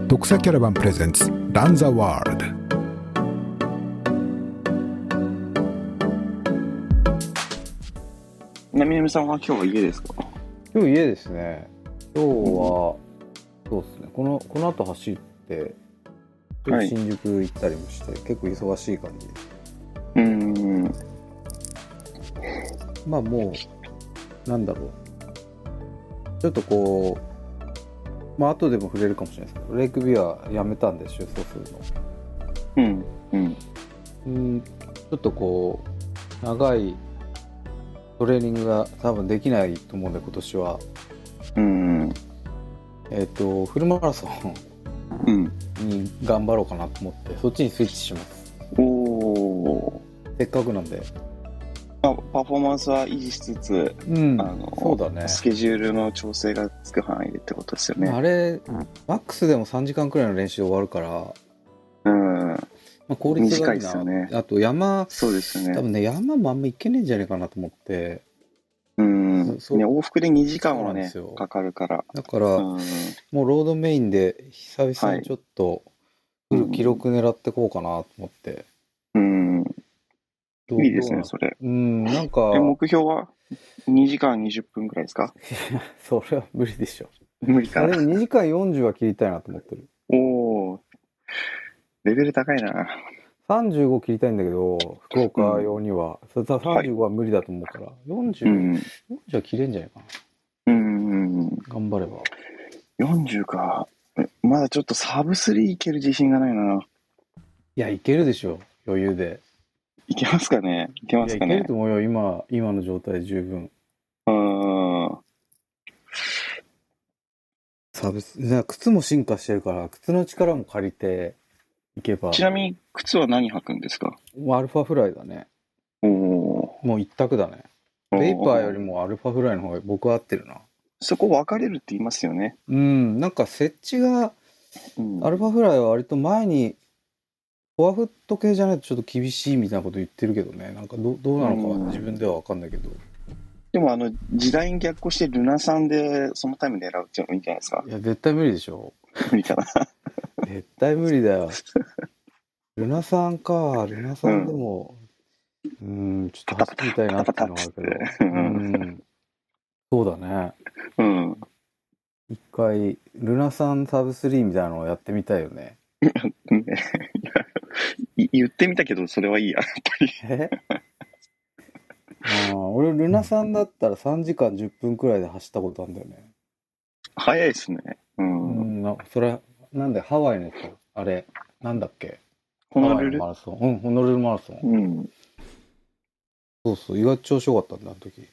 読者キャラバンプレゼンツランザワールド。 なみなみさんは今日は家ですか？ 今日家ですね。今日は、そうですね。この後走って、新宿行ったりもして、結構忙しい感じです。まあもう、なんだろう。ちょっとこう、まあ後でも触れるかもしれないですけど、レイクビアやめたんで、出走するの。ちょっとこう、長いトレーニングが多分できないと思うんで、今年は。フルマラソンに頑張ろうかなと思って、そっちにスイッチします。せっかくなんで。 パフォーマンスは維持しつつ、 そうだね。 スケジュールの調整がつく範囲でってことですよね。 あれ、マックスでも3時間くらいの練習で終わるから、効率がいいな。 短いですよね。 あと山、 そうですよね。 多分ね、山もあんま行けねえんじゃないかなと思って。 往復で2時間はね、かかるから。 だから、もうロードメインで久々にちょっとフル記録狙ってこうかなと思って。 いいですね、それ。 なんか。 目標は2時間20分くらいですか？ それは無理でしょ。 無理かな。 でも2時間40は切りたいなと思ってる。 レベル高いな。 35切りたいんだけど、福岡用には。それ35は無理だと思うから、40は切れんじゃないかな。頑張れば。 40か。まだちょっとサブ3いける自信がないな。 いや、いけるでしょ。余裕で。 いけますかね？いけますかね？ いけると思うよ。今の状態十分。靴も進化してるから、靴の力も借りていけば。 ちなみに靴は何履くんですか？ アルファフライだね。もう一択だね。ベイパーよりもアルファフライの方が僕は合ってるな。 そこ分かれるって言いますよね。 なんか設置が、アルファフライは割と前にフォアフット系じゃないとちょっと厳しいみたいなこと言ってるけどね。なんかどうなのかは自分では分かんないけど。 でも時代に逆行してルナさんでそのタイム狙うっていうのもいいんじゃないですか？ いや、絶対無理でしょ。 無理かな。 絶対無理だよ。ルナさんか。ルナさんでも、ちょっと走ってみたいなっていうのがあるけど。そうだね。一回、ルナさんサブ3みたいなのをやってみたいよね。 言ってみたけど、それはいいや、やっぱり。俺、ルナさんだったら3時間10分くらいで走ったことあるんだよね。 早いですね。 それ、なんで、ハワイのやつ、あれ、なんだっけ？ ホノルルマラソン。ホノルルマラソン。そうそう、意外と調子よかったんだ、あの時。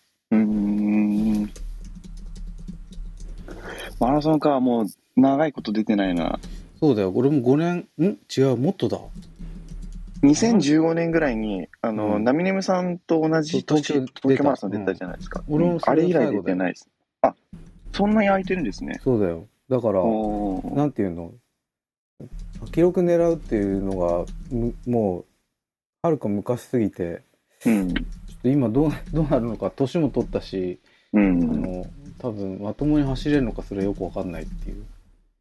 マラソンか、もう長いこと出てないな。 そうだよ、俺も5年、違う、もっとだ。 2015年ぐらいに、ナミネムさんと同じ年、東京マラソン出たじゃないですか。あれ以来出てないです。あ、そんなに空いてるんですね。 そうだよ。だから、なんていうの、記録狙うっていうのが、もう、はるか昔すぎて、ちょっと今どうなるのか、年も取ったし、多分まともに走れるのかそれよくわかんないっていう。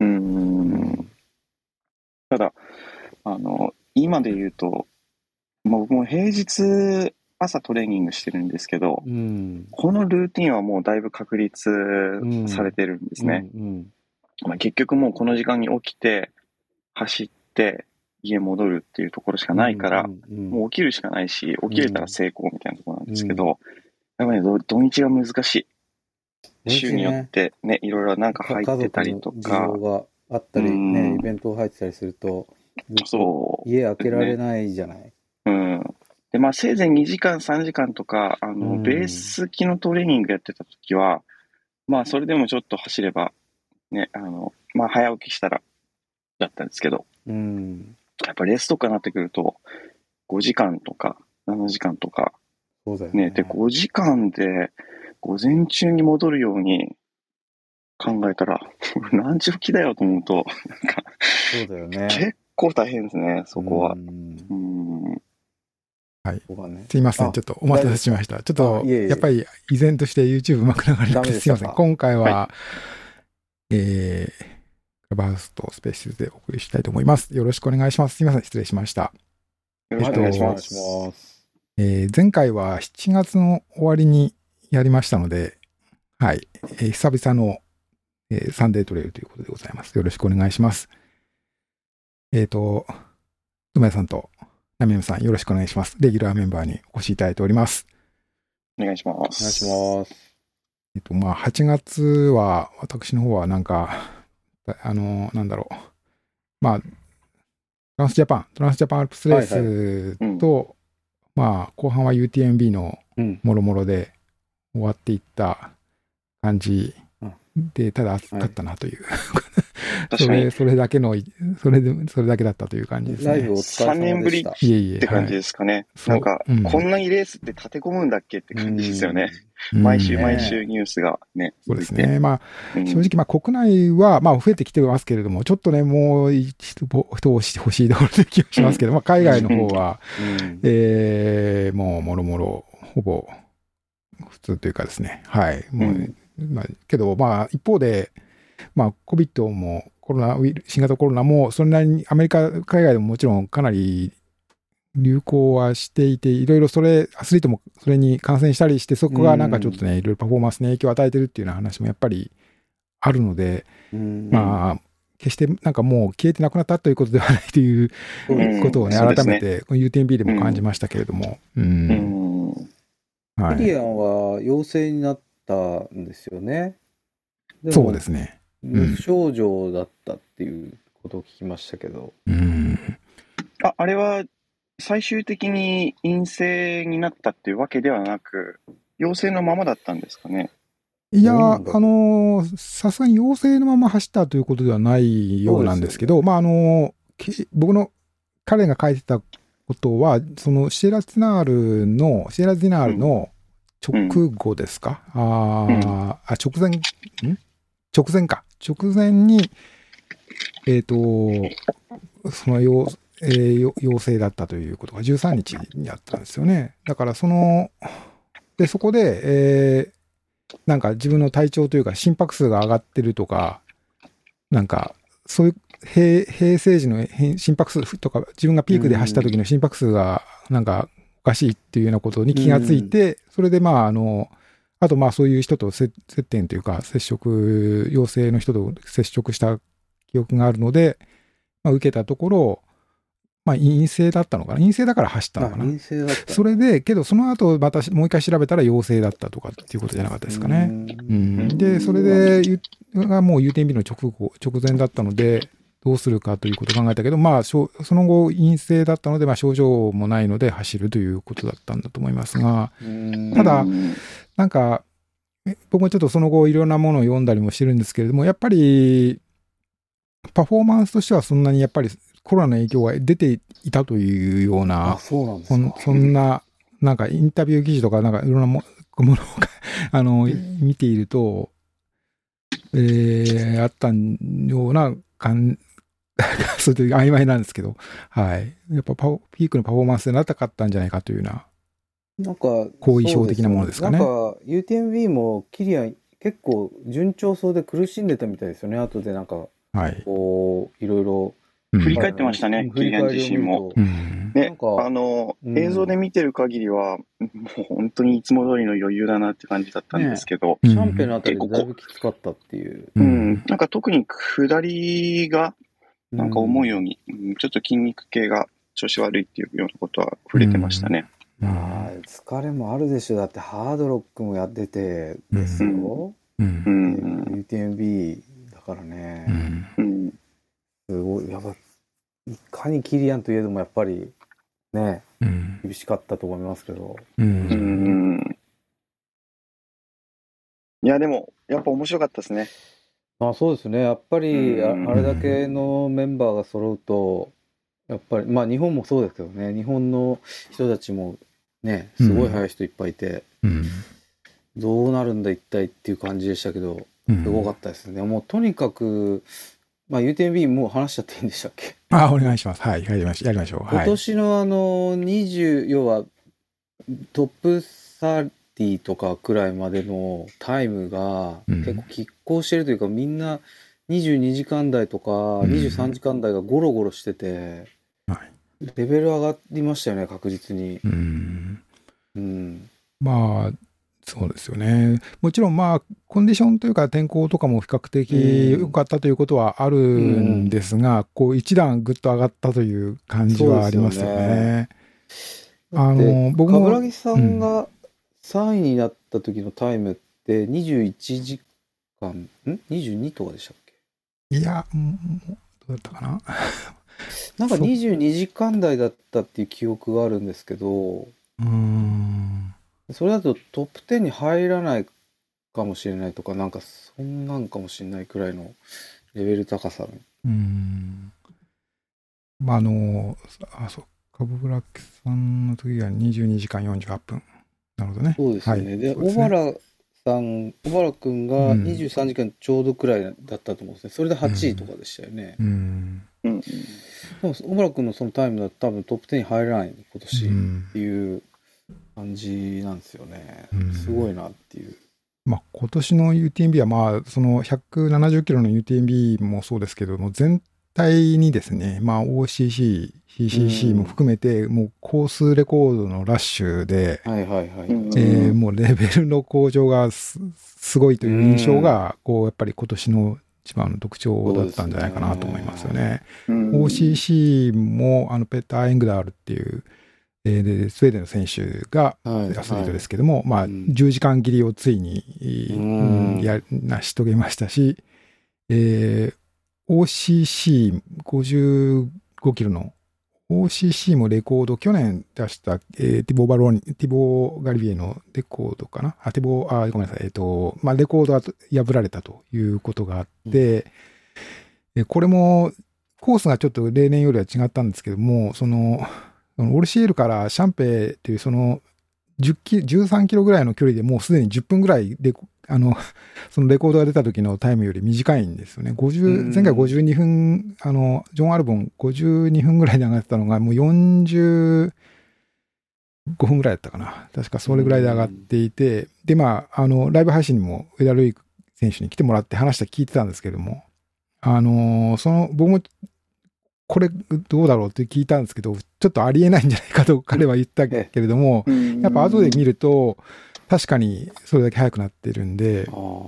ただ今で言うと、僕も平日朝トレーニングしてるんですけど、このルーティンはもうだいぶ確立されてるんですね。結局もうこの時間に起きて走って家戻るっていうところしかないから、もう起きるしかないし、起きれたら成功みたいなところなんですけど、やっぱり土日が難しい。週によってね、いろいろなんか入ってたりとか。 事情があったりね、イベント入ってたりすると、家開けられないじゃない。 で、せいぜい2時間、3時間とか、ベース機のトレーニングやってた時は、それでもちょっと走れば、ね、早起きしたら、だったんですけど、やっぱレースとかになってくると、5時間とか、7時間とか、 そうだよね。 で、5時間で、午前中に戻るように考えたら、何時起きだよと思うと、 そうだよね。 結構大変ですね、そこは。 はい。すいません。ちょっとお待たせしました。ちょっと、やっぱり依然として YouTube うまく流れなくてすいません。今回は、クラブハウスとスペースでお送りしたいと思います。よろしくお願いします。すみません、失礼しました。 よろしくお願いします。 前回は7月の終わりにやりましたので、はい、久々の、サンデートレイルということでございます。よろしくお願いします。ともやさんとなみのさん、よろしくお願いします。レギュラーメンバーにお越しいただいております。 お願いします。 お願いします。 8月は、私の方はなんか、なんだろう。まあ、トランスジャパンアルプスレースと、まあ、後半は UTMB のもろもろで終わっていった感じで、ただ暑かったなという。それだけだったという感じですね。 ライブお疲れ様でした。3 年ぶりって感じですかね。なんか、こんなにレースって立て込むんだっけって感じですよね。毎週ニュースがね。 そうですね。まあ、正直、まあ、国内は、まあ、増えてきてますけれども、ちょっとね、もう一押してほしいところで気がしますけど、まあ、海外の方は、もう、もろもろ、ほぼ、普通というかですね。はい。もう、まあ、けど、まあ、一方で、まあ、COVID も新型コロナも、それなりにアメリカ、海外でももちろんかなり流行はしていて、いろいろアスリートもそれに感染したりして、そこがなんかちょっとね、いろいろパフォーマンスに影響を与えてるっていうような話もやっぱりあるので、まあ、決してなんかもう消えてなくなったということではないということをね、改めて、UTMB でも感じましたけれども。 キリアンは陽性になったんですよね。 そうですね。 無症状だったっていうことを聞きましたけど。 あれは最終的に陰性になったっていうわけではなく、陽性のままだったんですかね。 いや、さすがに陽性のまま走ったということではないようなんですけど、まあ、彼が書いてたことは、そのシエラディナールの直後ですか、直前に、その陽性だったということが13日にあったんですよね。だからそこで、なんか自分の体調というか心拍数が上がってるとか、なんかそういう平静時の心拍数とか、自分がピークで走った時の心拍数がなんかおかしいっていうようなことに気がついて、それでまああとまあそういう人と接点というか陽性の人と接触した記憶があるので、まあ、受けたところ、まあ陰性だったのかな、陰性だから走ったのかな。 陰性だった。 それでけどその後またもう一回調べたら陽性だったとかっていうことじゃなかったですかね。でそれでがもう UTMB の直前だったのでどうするかということを考えたけど、まあその後陰性だったので、まあ症状もないので走るということだったんだと思いますが、ただなんか僕もちょっとその後いろんなものを読んだりもしてるんですけれども、やっぱりパフォーマンスとしてはそんなにやっぱりコロナの影響が出ていたというような、そんななんかインタビュー記事とかなんかいろんなものを見ていると、あったようなそれと曖昧なんですけど、はい、やっぱピークのパフォーマンスでなったかったんじゃないかというような。なんか後遺症的なものですかね。 なんか UTMB もキリアン結構順調そうで苦しんでたみたいですよね。後でなんかこういろいろ振り返ってましたね、キリアン自身も。ね、映像で見てる限りはもう本当にいつも通りの余裕だなって感じだったんですけど、 シャンペンのあたりでだいぶきつかったっていう。 なんか特に下りがなんか思うように、ちょっと筋肉系が調子悪いっていうようなことは触れてましたね。 疲れもあるでしょ。だってハードロックもやっててですよ。UTMB だからね。すごい、やっぱいかにキリアンといえどもやっぱりね、厳しかったと思いますけど。 いやでもやっぱ面白かったですね。 そうですね。やっぱりあれだけのメンバーが揃うと、やっぱりまあ日本もそうですけどね、日本の人たちもね、すごい速い人いっぱいいて、どうなるんだ一体っていう感じでしたけど、すごかったですね。もうとにかく、まあ UTMB もう話しちゃっていいんでしたっけ？ お願いします。はい、やりましょう。 今年の20、要はトップ30とかくらいまでのタイムが結構拮抗してるというか、みんな 22時間台とか23時間台がゴロゴロしてて、はい、レベル上がりましたよね、確実に。 まあそうですよね。もちろんまあコンディションというか天候とかも比較的良かったということはあるんですが、こう一段ぐっと上がったという感じはありますよね。 僕も冠城さんが3位になった時のタイムって21時間22とかでしたっけ？ いや、どうだったかな。 なんか22時間台だったっていう記憶があるんですけど、それだとトップ10に入らないかもしれないとか、なんかそんなんかもしれないくらいのレベル高さ。 まあそうカブブラックさんの時は22時間48分。なるほどね。 そうですよね。はい、で、小原くんが23時間ちょうどくらいだったと思うんですね。それで8位とかでしたよね。小原くんのそのタイムだと多分トップ10に入らない今年っていう感じなんですよね。すごいなっていう。 まあ、今年の UTMB はまあその170キロの UTMB もそうですけども、全体にですね、まあ OCC、CCC も含めてもうコースレコードのラッシュで、もうレベルの向上がすごいという印象がこうやっぱり今年の一番の特徴だったんじゃないかなと思いますよね。OCC もペーター・エングダールっていうでスウェーデンの選手がアスリートですけども、まあ、10時間切りをついに成し遂げましたし、OCC55 キロの OCC もレコード、去年出したティボー・ガリビエのレコードかな、ごめんなさい、まあ、レコードが破られたということがあって、これもコースがちょっと例年よりは違ったんですけども、オルシエルからシャンペーというその13キロぐらいの距離でもうすでに10分ぐらいでそのレコードが出た時のタイムより短いんですよね。前回52分、ジョン・アルボン52分ぐらいで上がってたのがもう45分ぐらいだったかな。確かそれぐらいで上がっていて、でまあライブ配信にも上田瑠衣選手に来てもらって話聞いてたんですけども、僕もこれどうだろうって聞いたんですけど、ちょっとありえないんじゃないかと彼は言ったけれども、やっぱ後で見ると確かにそれだけ速くなってるんで、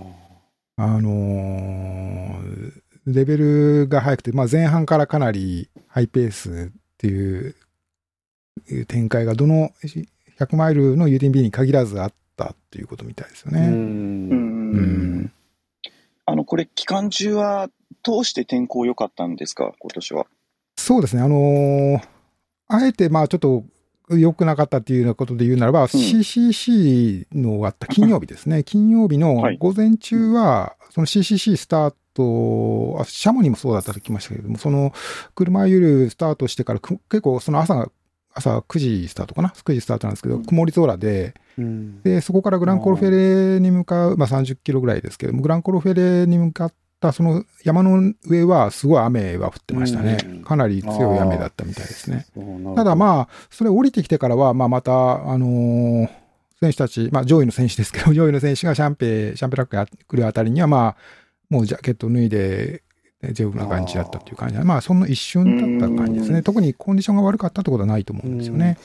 レベルが速くて、まあ、前半からかなりハイペースっていう展開がどの100マイルの UTMB に限らずあったっていうことみたいですよね。 これ期間中は通して天候良かったんですか、今年は。 そうですね。あえてまあちょっと良くなかったっていうようなことで言うならば、CCC のあった金曜日ですね。金曜日の午前中は、その CCC スタート、シャモニーもそうだったと聞きましたけれども、その車ゆるスタートしてから結構その朝9時スタートかな ?9 時スタートなんですけど、曇り空で、で、そこからグランコルフェレに向かう、まあ30キロぐらいですけども、グランコルフェレに向かったその山の上はすごい雨は降ってましたね。かなり強い雨だったみたいですね。ただまあ、それ降りてきてからは、まあまた、選手たち、まあ上位の選手ですけど、上位の選手がシャンペラックが来るあたりには、まあ、もうジャケット脱いで、丈夫な感じだったっていう感じで、まあそんな一瞬だった感じですね。特にコンディションが悪かったってことはないと思うんですよね。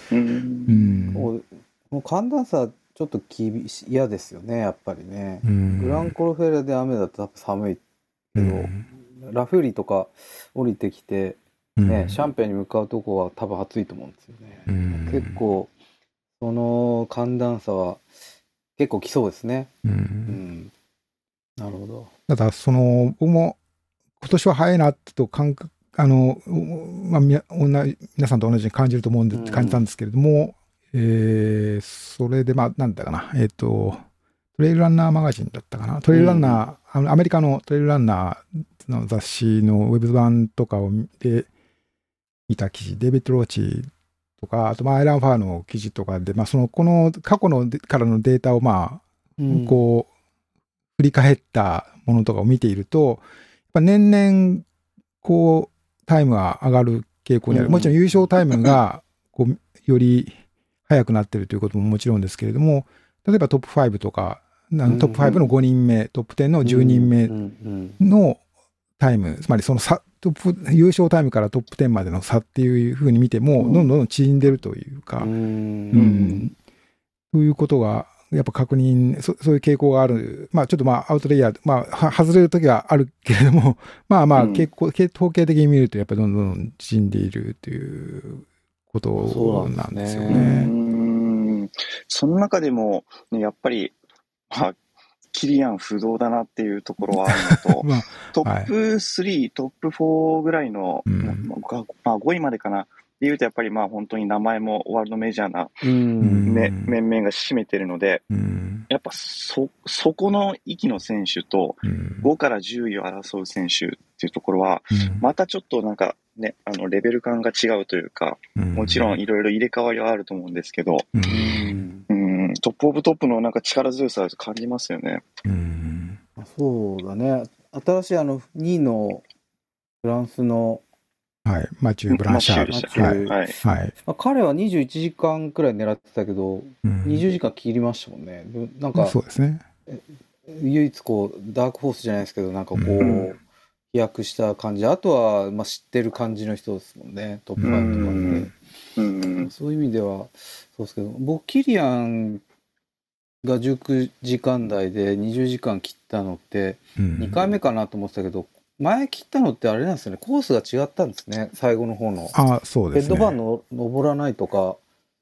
もう寒暖差ちょっと嫌ですよね、やっぱりね。グランコルフェレで雨だと寒いけど、ラフーリとか降りてきて、ね、シャンペンに向かうとこは多分暑いと思うんですよね。結構その寒暖差は結構きそうですね。なるほど。 ただ僕も今年は早いなとまあ、皆さんと同じに感じると思うんで感じたんですけれども、それでまあなんだかなトレイルランナーマガジンだったかな、トレイルランナー、アメリカのトレイルランナーの雑誌のウェブ版とかを見た記事、デイビッド・ローチとか、あとまあアイラン・ファーの記事とかで、まあ、この過去のからのデータをまあ、こう振り返ったものとかを見ていると、やっぱ年々こうタイムは上がる傾向にある。もちろん優勝タイムがこうより速くなっているということももちろんですけれども、例えばトップ5とか、トップ5の5人目、トップ10の10人目のタイム、つまりその差、優勝タイムからトップ10までの差っていうふうに見ても、どんどん縮んでるというか、そういうことが、やっぱ確認、そういう傾向がある。まあちょっとアウトレイヤー、外れるときはあるけれども、統計的に見るとやっぱりどんどん縮んでいるということなんですよね。 その中でも、ね、やっぱり、キリアン不動だなっていうところはあるのと、トップ3、トップ4ぐらいの、5位までかな。でいうとやっぱり本当に名前もワールドメジャーな面々が占めてるので、やっぱそこの域の選手と5から10位を争う選手っていうところは、またちょっとなんかね、レベル感が違うというか、もちろんいろいろ入れ替わりはあると思うんですけど、トップオブトップのなんか力強さを感じますよね。 そうだね。新しい2位のフランスのマチュー・ブランシャール。 彼は21時間くらい狙ってたけど、20時間切りましたもんね。なんか、 そうですね。 唯一ダークホースじゃないですけど、なんか飛躍した感じ。あとは、知ってる感じの人ですもんね。トップ5とかって。そういう意味では、そうですけど、僕、キリアンが19時間台で20時間切ったのって、2回目かなと思ってたけど、前切ったのってあれなんですよね、コースが違ったんですね、最後の方の。 そうですね。 ヘッドバーンの登らないとか。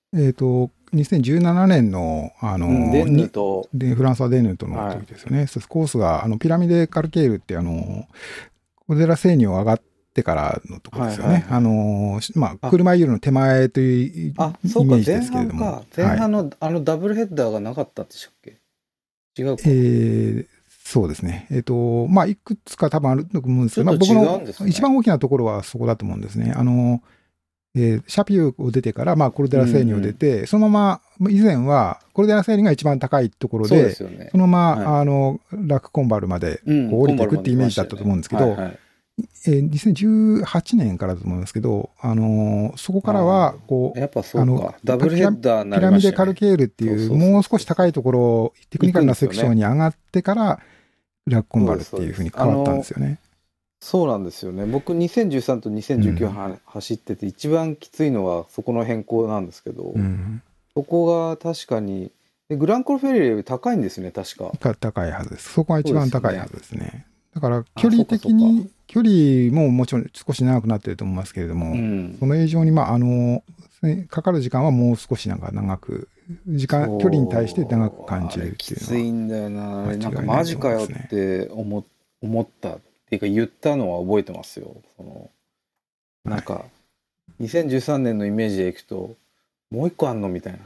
2017年の、 デンヌと。 フランスはデンヌとの時ですよね。コースが、ピラミデ・カルケールって、小寺セーニョ上がってからのところですよね。車湯の手前というイメージですけれども。 前半のダブルヘッダーがなかったんでしたっけ？違うか。 そうですね。いくつか多分あると思うんですけど、僕の一番大きなところはそこだと思うんですね。シャピューを出てから、コルデラセーニを出て、そのまま、以前は、コルデラセーニが一番高いところで、そのまま、ラクコンバルまで降りていくってイメージだったと思うんですけど、2018年からだと思うんですけど、そこからは、 やっぱそうか、ダブルヘッダーになりましたね。 ピラミデカルケールっていう、もう少し高いところ、テクニカルなセクションに上がってから、ラクコンバルっていうふうに変わったんですよね。 そうなんですよね。僕2013と2019走ってて、一番きついのはそこの変更なんですけど、そこが確かにグランコルフェリーより高いんですね、確か。 高いはずです。そこが一番高いはずですね。だから距離的に、距離ももちろん少し長くなってると思いますけれども、その以上にかかる時間はもう少し長く、距離に対して長く感じるっていうのは。 きついんだよな。なんかマジかよって思ったっていうか言ったのは覚えてますよ。なんか、2013年のイメージでいくと、もう一個あんのみたい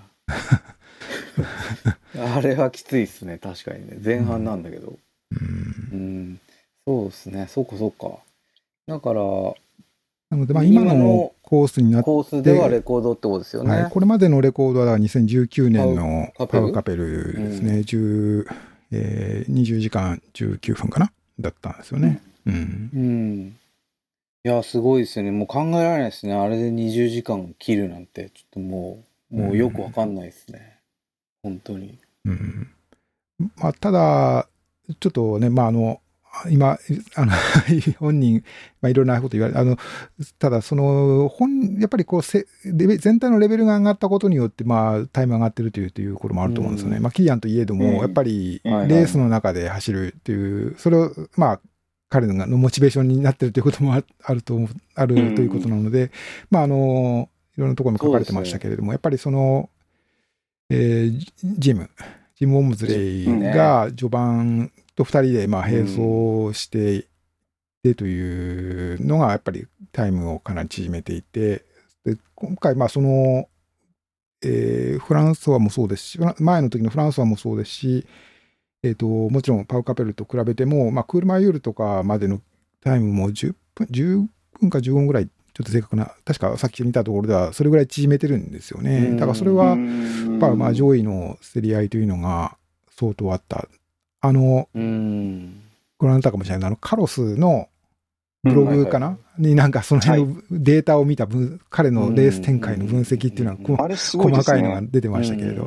な。あれはきついっすね、確かにね。前半なんだけど。そうですね、そうか。だから、 なので、今のコースになって、 コースではレコードってことですよね。 これまでのレコードは2019年のパウカペルですね。20時間19分かなだったんですよね。 いや、すごいですよね。もう考えられないですね。あれで20時間切るなんて、ちょっともうよくわかんないですね。本当に。 ただ、ちょっとね、今、本人、いろんなこと言われ、ただ、やっぱり全体のレベルが上がったことによって、タイム上がってるというところもあると思うんですよね。キリアンといえども、やっぱり、レースの中で走るっていう、それを、彼のモチベーションになってるということもあるということなので、いろんなところに書かれてましたけれども、やっぱりジム・ウォムズレイが序盤と2人で並走していてというのがやっぱりタイムをかなり縮めていて、で今回フランソワもそうですし、前の時のフランソワもそうですし、もちろんパウカペルと比べても、クールマイユールとかまでのタイムも10分か15分ぐらい、ちょっと正確な、確かさっき見たところではそれぐらい縮めてるんですよね。だからそれは、やっぱ上位の競り合いというのが相当あった。ご覧になったかもしれない、カロスのブログかな、になんかその辺のデータを見た彼のレース展開の分析っていうのは、細かいのが出てましたけれど、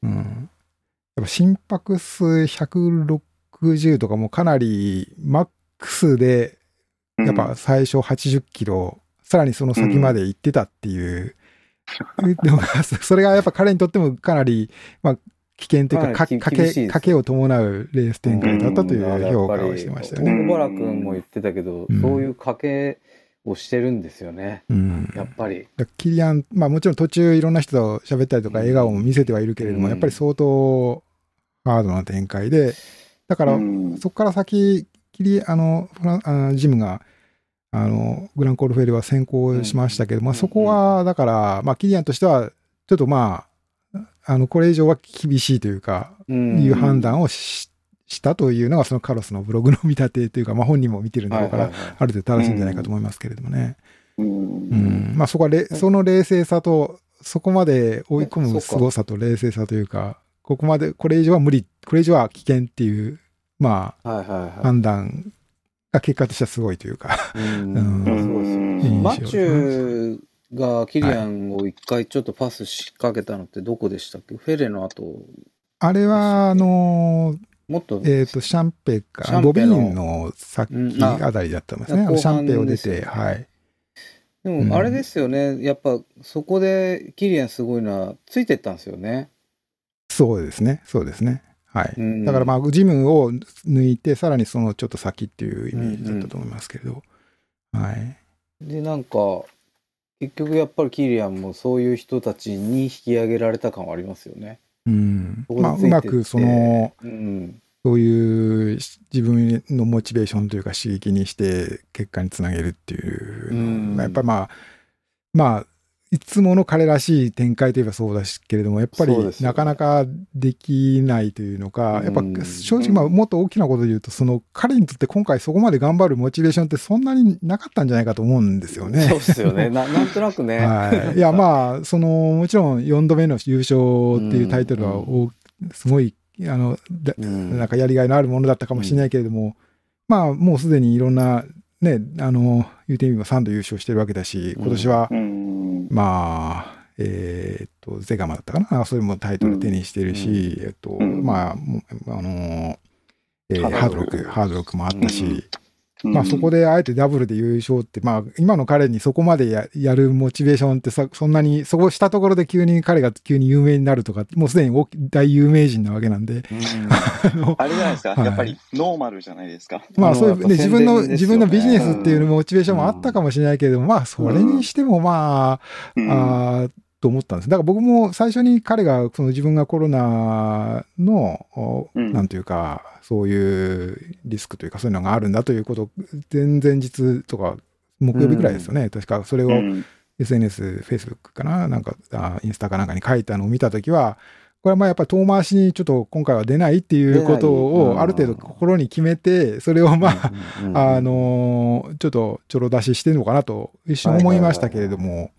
やっぱ心拍数160とかもかなりマッ X で、やっぱ最初80キロ、さらにその先まで行ってたっていうのが、それがやっぱ彼にとってもかなり、まあ、危険というか、賭けを伴うレース展開だったという評価をしてましたよね。 小原君も言ってたけど、そういう賭けをしてるんですよね。やっぱり。 キリアン、まあもちろん途中いろんな人と喋ったりとか笑顔も見せてはいるけれども、やっぱり相当ハードな展開で、だからそこから先、ジムが、グランコルフェルは先行しましたけど、まあそこは、だから、まあキリアンとしては、ちょっとまあ、これ以上は厳しいというか、いう判断をしたというのが、そのカロスのブログの見立てというか、まあ本人も見てるんだろうから、ある程度正しいんじゃないかと思いますけれどもね。まあそこはその冷静さと、そこまで追い込む凄さと冷静さというか、ここまで、これ以上は無理、これ以上は危険っていう、まあ、判断が結果としてはすごいというか。 マチューがキリアンを一回ちょっとパスしかけたのってどこでしたっけ？フェレの後。 あれは、もっと、シャンペか、ボビーンの先あたりだったんですね。シャンペを出て、はい。 でも、あれですよね。やっぱ、そこでキリアンすごいのは、ついてったんですよね。 そうですね。そうですね。はい。だからまあ、ジムを抜いて、さらにそのちょっと先っていうイメージだったと思いますけど。はい。 で、なんか、結局やっぱりキリアンもそういう人たちに引き上げられた感はありますよね。 まあ、うまくそういう自分のモチベーションというか刺激にして結果につなげるっていうのがやっぱりまあいつもの彼らしい展開といえばそうだしけれどもやっぱりなかなかできないというのか、やっぱ正直まあもっと大きなことで言うとその彼にとって今回そこまで頑張るモチベーションってそんなになかったんじゃないかと思うんですよね。 そうですよね。なんとなくね。 はい。いやまあもちろん4度目の優勝っていうタイトルはすごいなんかやりがいのあるものだったかもしれないけれども、まあもうすでにいろんなねUTMB も3度優勝してるわけだし、今年はまあゼガマだったかな、それもタイトル手にしてるし、まあハードロックもあったし、まあそこであえてダブルで優勝って、まあ今の彼にそこまで やるモチベーションってそんなに、そこしたところで彼が急に有名になるとか、もうすでに大有名人なわけなんで。 あれじゃないですか、やっぱりノーマルじゃないですか。 まあそういうね、自分のビジネスっていうモチベーションもあったかもしれないけれども、まあそれにしてもまあ、と思ったんです。だから僕も最初に彼が自分がコロナの、なんというかそういうリスクというかそういうのがあるんだということを前々日とか木曜日ぐらいですよね、確かそれを SNS、Facebook かな、なんかインスタかなんかに書いたのを見たときは、これはまあやっぱり遠回しにちょっと今回は出ないっていうことをある程度心に決めて、それをまあちょっとちょろ出ししてるのかなと一瞬思いましたけれども。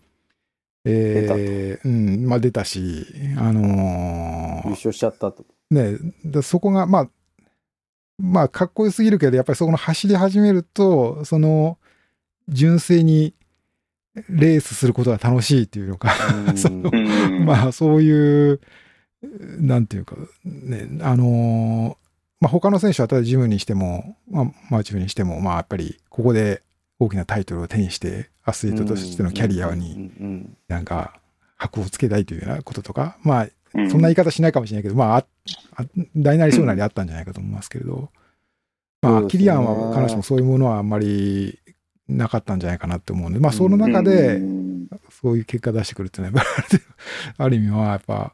まあ出たし、優勝しちゃったと。 ね、そこが、まあ、かっこよすぎるけど、やっぱりそこの走り始めると、純粋にレースすることが楽しいっていうのか、まあ、そういう、なんていうか、ね、まあ、他の選手はただジムにしても、まあ、マチューにしても、まあ、やっぱりここで大きなタイトルを手にして、アスリートとしてのキャリアになんか箔をつけたいというようなこととか、まあそんな言い方しないかもしれないけど、まあ大なり小なりあったんじゃないかと思いますけれど、まあキリアンは彼女もそういうものはあんまりなかったんじゃないかなって思うんで、まあその中でそういう結果出してくるっていうのはある意味はやっぱ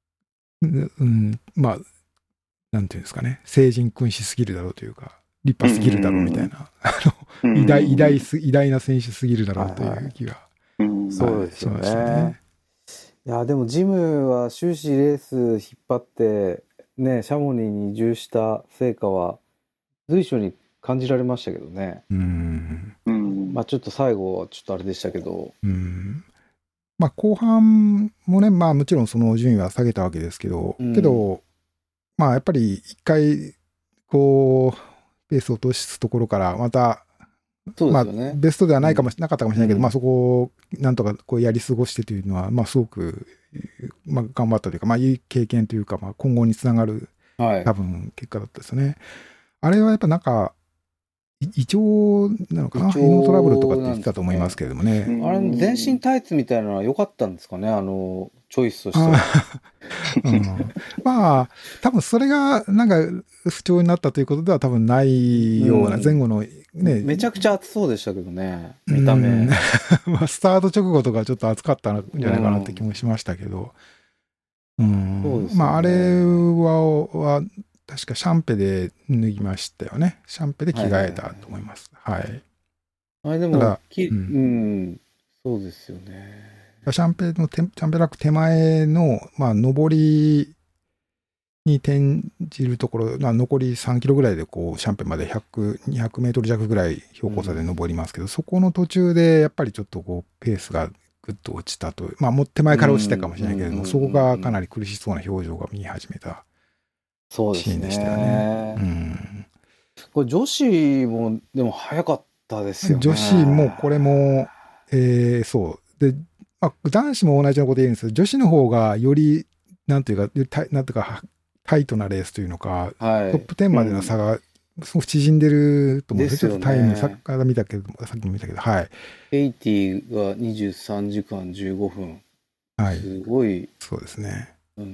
まあなんていうんですかね、聖人君子すぎるだろうというか、立派すぎるだろうみたいな、偉大な選手すぎるだろうという気が、 そうですよね。いやでもジムは終始レース引っ張ってね、シャモニーに移住した成果は随所に感じられましたけどね。まあちょっと最後はちょっとあれでしたけど、 まあ後半もね、まあもちろんその順位は下げたわけですけど、まあやっぱり一回こうペースを落とすところからまた、まあベストではないかもなかったかもしれないけど、まあそこをなんとかこうやり過ごしてというのは、まあすごく、まあ、頑張ったというか、まあいい経験というか、まあ今後につながる多分結果だったですよね。あれはやっぱなんか胃腸なのかな、胃のトラブルとかって言ってたと思いますけれどもね。 あれ、全身タイツみたいなのは良かったんですかね、チョイスとしては。 まあ、多分それがなんか不調になったということでは多分ないような前後のね。 めちゃくちゃ暑そうでしたけどね、見た目。 まあ、スタート直後とかちょっと暑かったんじゃないかなって気もしましたけど。そうですね。まあ、あれは、確かシャンペで脱ぎましたよね。シャンペで着替えたと思います。はい。 あれでも、そうですよね。 シャンペラック手前の、まあ、上りに転じるところ、残り3キロぐらいで、こう、シャンペまで200メートル弱ぐらい標高差で上りますけど、そこの途中で、やっぱりちょっとこう、ペースがぐっと落ちたと。まあ、もう手前から落ちたかもしれないけれども、そこがかなり苦しそうな表情が見え始めたシーンでしたよね。 これ女子も、でも早かったですよね。 女子も、これも、そう。で、まあ、男子も同じようなこと言うんですけど、女子の方がより、なんていうか、タイトなレースというのか、トップ10までの差がすごく縮んでると思うんですよ。ちょっとタイム、さっきも見たけど、はい。 エイティが23時間15分。 はい。 すごい。 そうですね。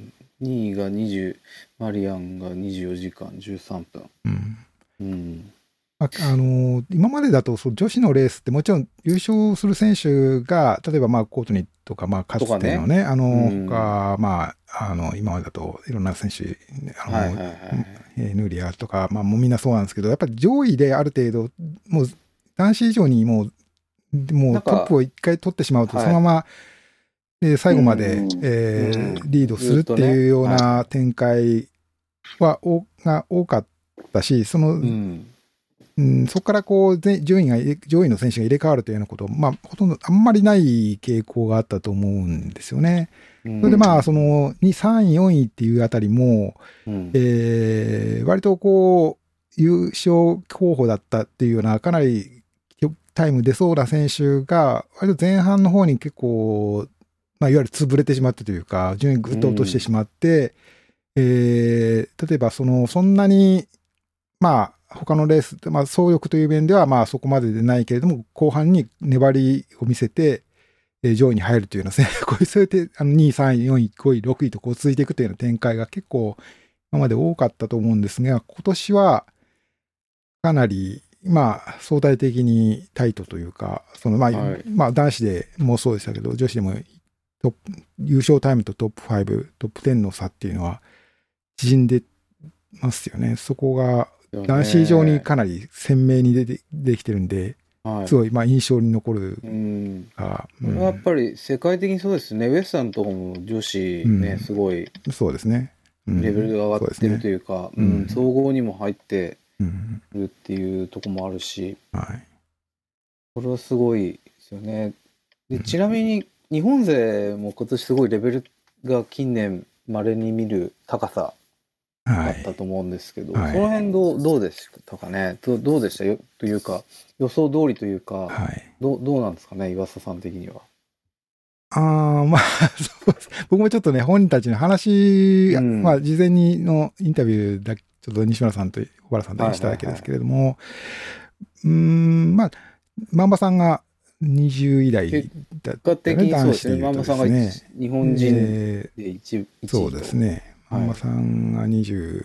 2位がマリアンが24時間13分。 今までだと女子のレースってもちろん優勝する選手が、例えばまあコートニーとか、まあかつてのね、他、まあ、今までだといろんな選手、ヌーリアとか、まあもうみんなそうなんですけど、やっぱり上位である程度、もう男子以上にもうトップを一回取ってしまうと、そのまま、最後まで、リードするっていうような展開が多かったし、そこからこう上位の選手が入れ替わるというようなこと、まあ、ほとんどあんまりない傾向があったと思うんですよね。それでまあ、その3位、4位っていうあたりも、割とこう、優勝候補だったっていうような、かなりタイム出そうな選手が、割と前半の方に結構、まあ、いわゆる潰れてしまってというか、順位ぐっと落としてしまって、例えばそんなに、まあ、他のレース、まあ、総力という面では、まあ、そこまででないけれども、後半に粘りを見せて、上位に入るというような、そうやって、2位、3位、4位、5位、6位とこう続いていくというような展開が結構、今まで多かったと思うんですが、今年は、かなり、まあ、相対的にタイトというか、まあ、男子でもそうでしたけど、女子でも優勝タイムとトップ5、トップ10の差っていうのは縮んでますよね。そこが、男子以上にかなり鮮明にできてるんで、すごいまあ印象に残る。 これはやっぱり世界的にそうですね。ウエスタンとかも女子ね、すごい。 そうですね。 レベルが上がってるというか、総合にも入ってるっていうところもあるし、これはすごいですよね。で、ちなみに日本勢も今年すごいレベルが近年稀に見る高さだったと思うんですけど、その辺どうでしたかね。どうでしたよというか、予想通りというか、どうなんですかね、岩佐さん的には。 まあ、そうです。僕もちょっとね、本人たちの話、まあ、事前にのインタビューだけ、ちょっと西村さんと小原さんとしただけですけれども、まあ、万場さんが20位台だったね。結果的にそうですね。万場さんが日本人で1位。 そうですね。万場さんが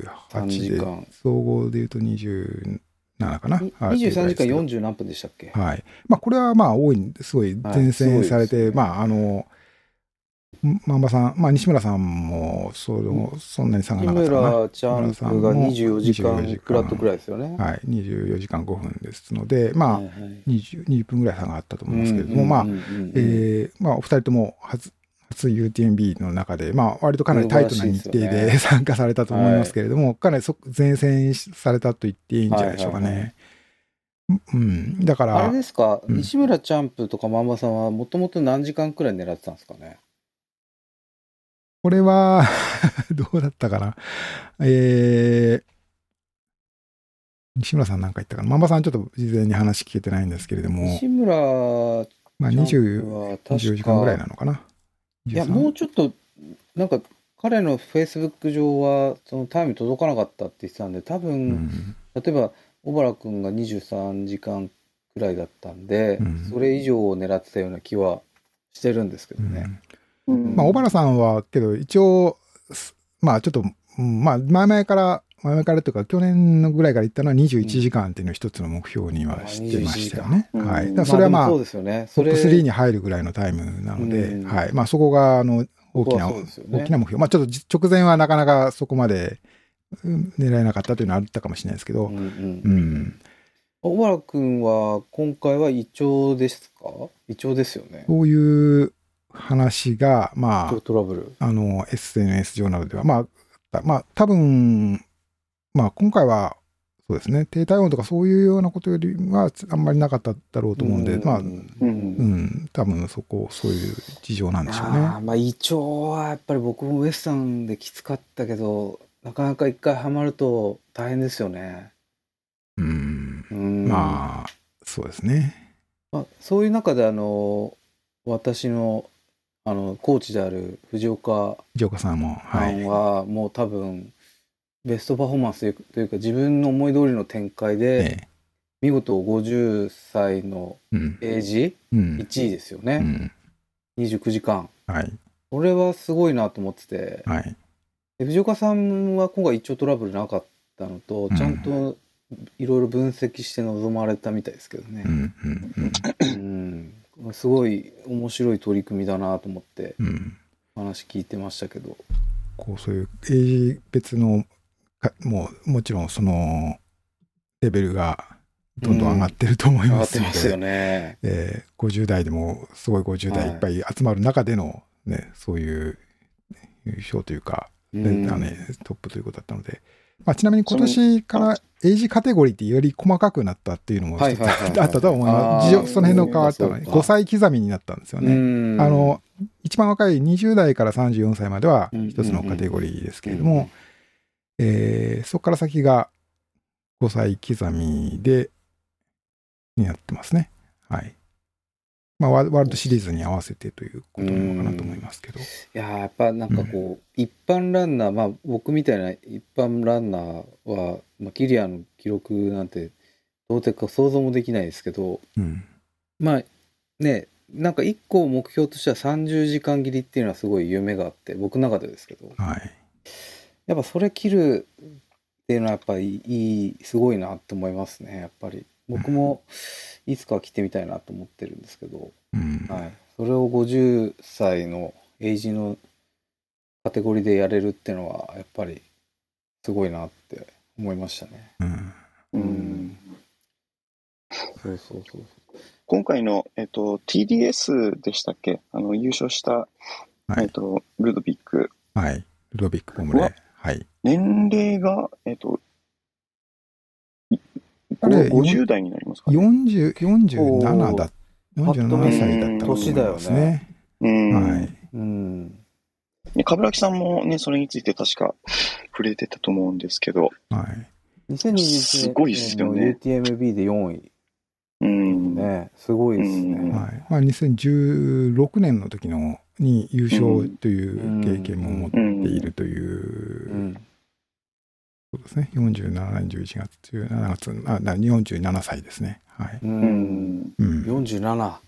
28で、総合でいうと27かな。 23時間40何分でしたっけ。 はい。まあ、これはまあ、すごい前線されて、まあ、万場さん、まあ、西村さんもそんなに差がなかったかな。 西村チャンプが24時間フラットくらいですよね。 はい。24時間5分ですので、まあ、20分ぐらい差があったと思いますけれども、まあ、まあ、お二人とも初 UTMB の中で、まあ、割とかなりタイトな日程で参加されたと思いますけれども、かなり前線されたと言っていいんじゃないでしょうかね。だから。 あれですか、西村チャンプとか万場さんはもともと何時間くらい狙ってたんですかね。 これはどうだったかな。西村さんなんか言ったかな。万場さんちょっと事前に話聞けてないんですけれども。 西村まあ24時間ぐらいなのかな。 いや、もうちょっと、なんか彼のフェイスブック上はそのタイム届かなかったって言ってたんで、多分、例えば小原くんが23時間くらいだったんで、それ以上を狙ってたような気はしてるんですけどね。 まあ、小原さんは、けど一応、まあちょっと、まあ前々からというか、去年のぐらいから言ったのは21時間っていうのを一つの目標にはしてましたよね。はい。だからそれはまあ、トップ3に入るぐらいのタイムなので、はい。まあそこが、大きな目標。まあちょっと直前はなかなかそこまで狙えなかったというのはあったかもしれないですけど、 小原くんは今回は胃腸ですか？胃腸ですよね。 そういう話が、まあ、 トラブル SNS 上などでは、まあ、多分、まあ、今回は、そうですね、低体温とかそういうようなことよりは、あんまりなかっただろうと思うんで、まあ、多分そういう事情なんでしょうね。 まあ、胃腸はやっぱり僕もウエスタンできつかったけど、なかなか一回ハマると大変ですよね。 まあ、そうですね。 まあ、そういう中で私のコーチである藤岡さんも、 はもう多分ベストパフォーマンスというか自分の思い通りの展開で、見事50歳のエイジ1位ですよね。29時間。これはすごいなと思ってて、で藤岡さんは今回胃腸トラブルなかったのと、ちゃんといろいろ分析して臨まれたみたいですけどね。すごい面白い取り組みだなと思って話聞いてましたけど、 そういうエイジ別のもちろんそのレベルがどんどん上がってると思いますので、 上がってますよね。 50代でもすごい50代いっぱい集まる中での、ね、そういう優勝というか、トップということだったので、まあ、ちなみに今年からエイジカテゴリーってより細かくなったっていうのもあったとは思います。その辺の変わったので、5歳刻みになったんですよね。一番若い20代から34歳までは一つのカテゴリーですけれども、そこから先が5歳刻みになってますね。はい。まあ、ワールドシリーズに合わせてということなのかなと思いますけど。 やっぱなんか一般ランナー、まあ僕みたいな一般ランナーは、キリアの記録なんてどうてか想像もできないですけど、まあね、なんか一個目標としては30時間切りっていうのはすごい夢があって、僕の中でですけど、やっぱそれ切るっていうのはやっぱりすごいなと思いますね。やっぱり僕もいつかは着てみたいなと思ってるんですけど、それを50歳のエイジのカテゴリーでやれるっていうのはやっぱりすごいなって思いましたね。 今回の、TDS でしたっけ、優勝した、ルドビック。 ルドビック・ポムレ。 年齢が、50代になりますかね。 47歳だった年だよね。 冠城さんもね、それについて確か触れてたと思うんですけど、 2021年の UTMB で4位。すごいですね。 まあ、2016年の時に優勝という経験も持っているという、そうですね、47年11月、17月、47歳ですね。 47。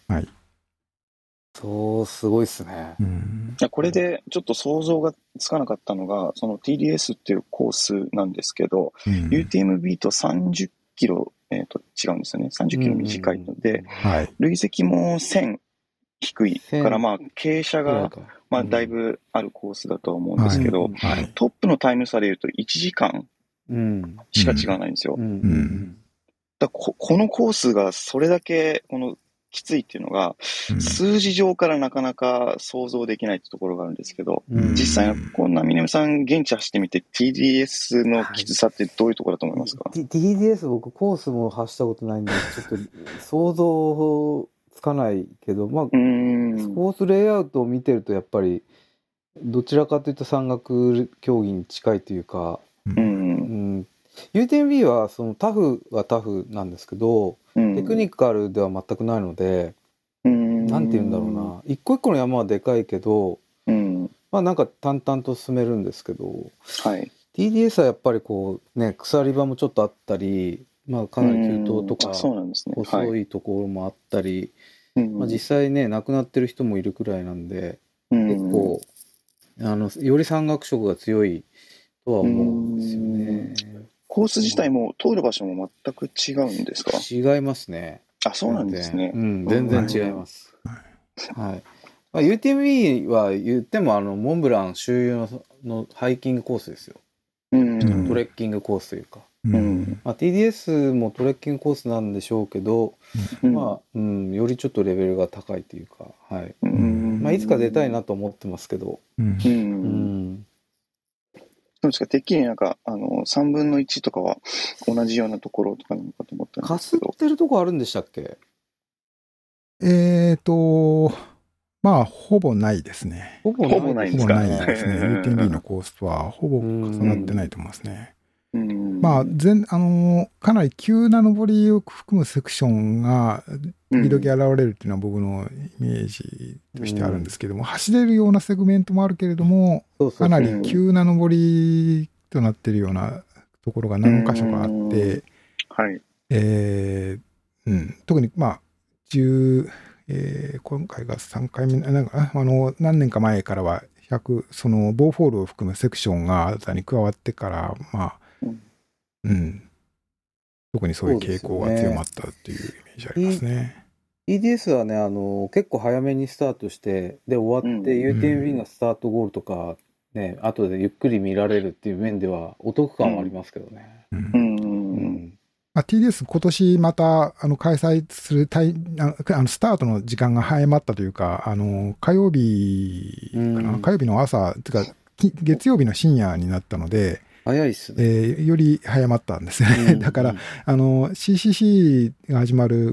そう、すごいですね。 これでちょっと想像がつかなかったのが、その TDS っていうコースなんですけど、UTMB と30キロ、違うんですよね。30キロ短いので、累積も1000低いから、まあ、傾斜が、まあ、だいぶあるコースだとは思うんですけど、トップのタイム差で言うと1時間しか違わないんですよ。このコースがそれだけ、きついっていうのが、数字上からなかなか想像できないってところがあるんですけど、実際、南野さん、現地走ってみて、TDS のきつさってどういうところだと思いますか？ TDS 僕、コースも走ったことないんで、ちょっと想像つかないけど、まあ、コースレイアウトを見てると、やっぱり、どちらかというと山岳競技に近いというか、UTMB はそのタフはタフなんですけど、テクニカルでは全くないので、なんて言うんだろうな、一個一個の山はでかいけど、まあなんか淡々と進めるんですけど、TDS はやっぱりこうね、鎖場もちょっとあったり、 まあ、かなり急登とか、 そうなんですね。 細いところもあったり、まあ、実際ね、亡くなってる人もいるくらいなんで、結構、より山岳色が強いとは思うんですよね。 コース自体も通る場所も全く違うんですか？ 違いますね。 あ、そうなんですね。 全然違います。はい。まあ、UTMB は言ってもモンブラン周遊のハイキングコースですよ。トレッキングコースというか。まあ、TDS もトレッキングコースなんでしょうけど、まあ、よりちょっとレベルが高いというか、はい。まあ、いつか出たいなと思ってますけど。 どうですか、てっきりなんか3分の1とかは同じようなところとかなのかと思ったんですけど。 かすってるとこあるんでしたっけ？ まあ、ほぼないですね。 ほぼないですか？ ほぼないですね。UTMB のコースはほぼ重なってないと思いますね。まあ、かなり急な上りを含むセクションが時々現れるっていうのは僕のイメージとしてあるんですけども、走れるようなセグメントもあるけれども、かなり急な上りとなっているようなところが何箇所かあって、特にまあ今回が3回目なんか何年か前からはそのボーフォールを含むセクションが新たに加わってからまあ特にそういう傾向が強まったっていうイメージありますね。 EDS はね結構早めにスタートしてで終わって、UTMB がスタートゴールとかね後でゆっくり見られるっていう面ではお得感はありますけどね。 TDS 今年また開催するスタートの時間が早まったというか火曜日かな、火曜日の朝というか月曜日の深夜になったので早いっすね、 より早まったんですよね。だからCCC が始まる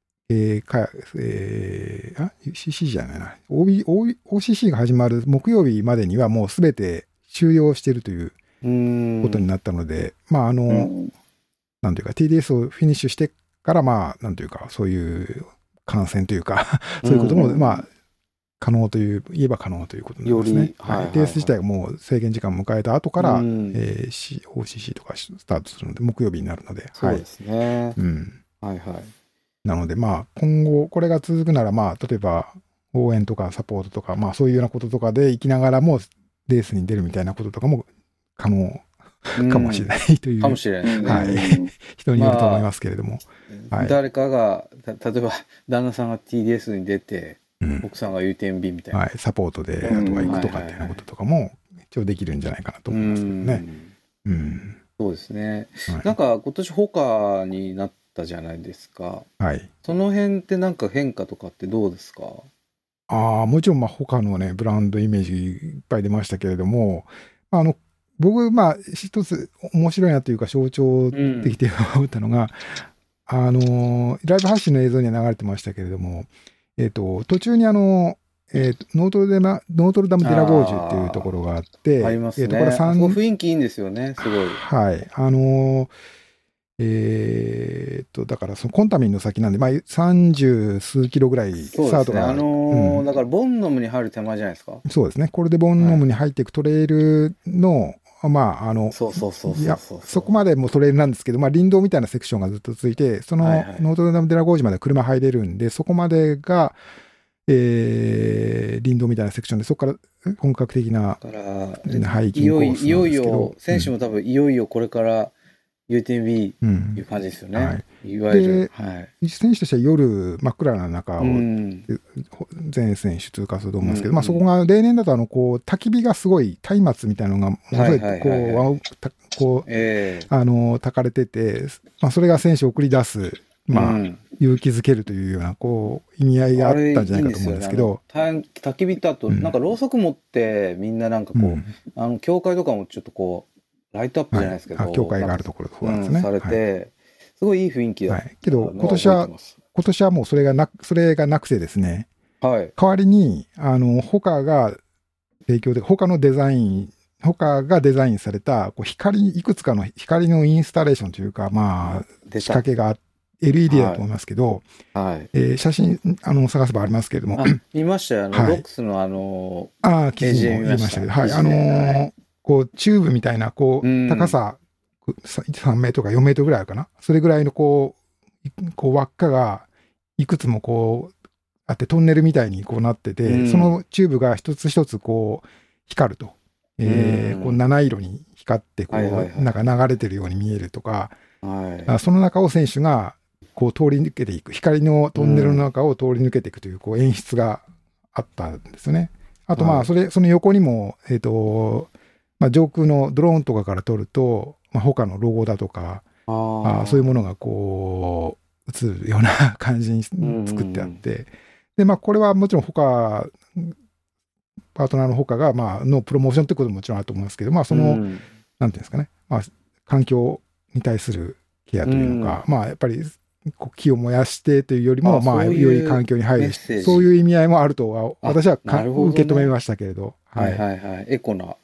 CC じゃないな OCC が始まる木曜日までにはもうすべて終了しているということになったのでまあなんていうか TDS をフィニッシュしてからまあなんていうかそういう観戦というかそういうこともまあ可能と言えば可能ということになりますね。TDS 自体がもう制限時間を迎えた後から、OCC とかスタートするので木曜日になるので、 そうですね。 なのでまあ今後これが続くならまあ例えば応援とかサポートとかまあそういうようなこととかで生きながらもレースに出るみたいなこととかも可能かもしれないという、 かもしれないですね。人によると思いますけれども、 誰かが例えば旦那さんが TDS に出て、奥さんが UTMB みたいな、 サポートであとは行くとかっていうこととかも一応できるんじゃないかなと思いますけどね。 そうですね。なんか今年ホカになったじゃないですか。その辺ってなんか変化とかってどうですか？ もちろん他のねブランドイメージいっぱい出ましたけれども、僕まあ一つ面白いなというか象徴的と思ったのが、ライブ配信の映像には流れてましたけれども、途中にノートルダム・デラゴージュっていうところがあって、 ありますね。これ雰囲気いいんですよね、すごい。 だからそのコンタミンの先なんで、まあ、30数キロぐらいスタートが、 だからボンノムに入る手前じゃないですか。 そうですね。これでボンノムに入っていくトレイルの、まあそこまでもトレイルなんですけど、まあ林道みたいなセクションがずっと続いて、そのノートルダム・デラゴージュまで車入れるんで、そこまでが林道みたいなセクションで、そこから本格的なハイキングコースなんですけど、 いよいよ選手も多分いよいよこれからUTMB いう感じですよね。いわゆる。 選手としては夜真っ暗な中を全選手通過すると思いますけど、まあそこが例年だと焚き火がすごい松明みたいなのがものすごい焚かれてて、まあそれが選手を送り出す、まあ勇気づけるというような意味合いがあったんじゃないかと思うんですけど、 焚き火とあとなんかろうそく持ってみんななんか教会とかもちょっとライトアップじゃないですけど、 教会があるところですね。 されて、すごいいい雰囲気だ。 けど今年はもうそれがなくてですね、代わりにホカが提供でホカがデザインされたいくつかの光のインスタレーションというか、まあ仕掛けがあって。LED だと思いますけど、写真探せばありますけれども、 見ましたよ、ロックスの記事も見ましたけど、チューブみたいな高さ 3メートルか4メートルぐらいあるかな。それぐらいのこう輪っかがいくつもこうあってトンネルみたいにこうなってて、そのチューブが一つ一つこう光ると。こう七色に光ってこうなんか流れてるように見えるとか、その中を選手がこう通り抜けていく、光のトンネルの中を通り抜けていくというこう演出があったんですよね。あとその横にも上空のドローンとかから撮ると他のロゴだとかそういうものがこう映るような感じに作ってあって、でこれはもちろんパートナーの他がのプロモーションということももちろんあると思いますけど、そのなんていうんですかね、環境に対するケアというのか、やっぱり木を燃やしてというよりも良い環境に配慮して、そういう意味合いもあるとは私は受け止めましたけれど、 エコな、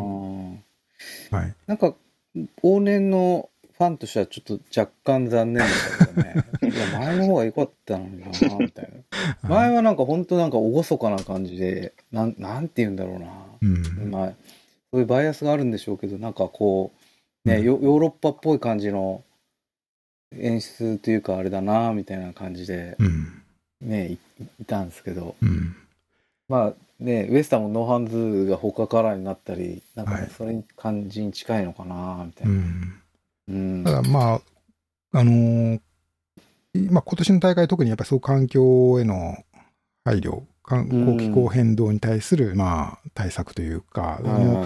なんか往年のファンとしてはちょっと若干残念だけどねいや前の方が良かったのになみたいな前はなんか本当なんか厳かな感じでなんて言うんだろうな、そういうバイアスがあるんでしょうけど、なんかこうね、ヨーロッパっぽい感じの演出というかあれだなみたいな感じで、ね、いたんですけど、ウエスタンもノーハンズが他からになったり、なんかそれに感じに近いのかなみたいな。 ただ今年の大会特にやっぱりそう環境への配慮、気候変動に対する対策というか、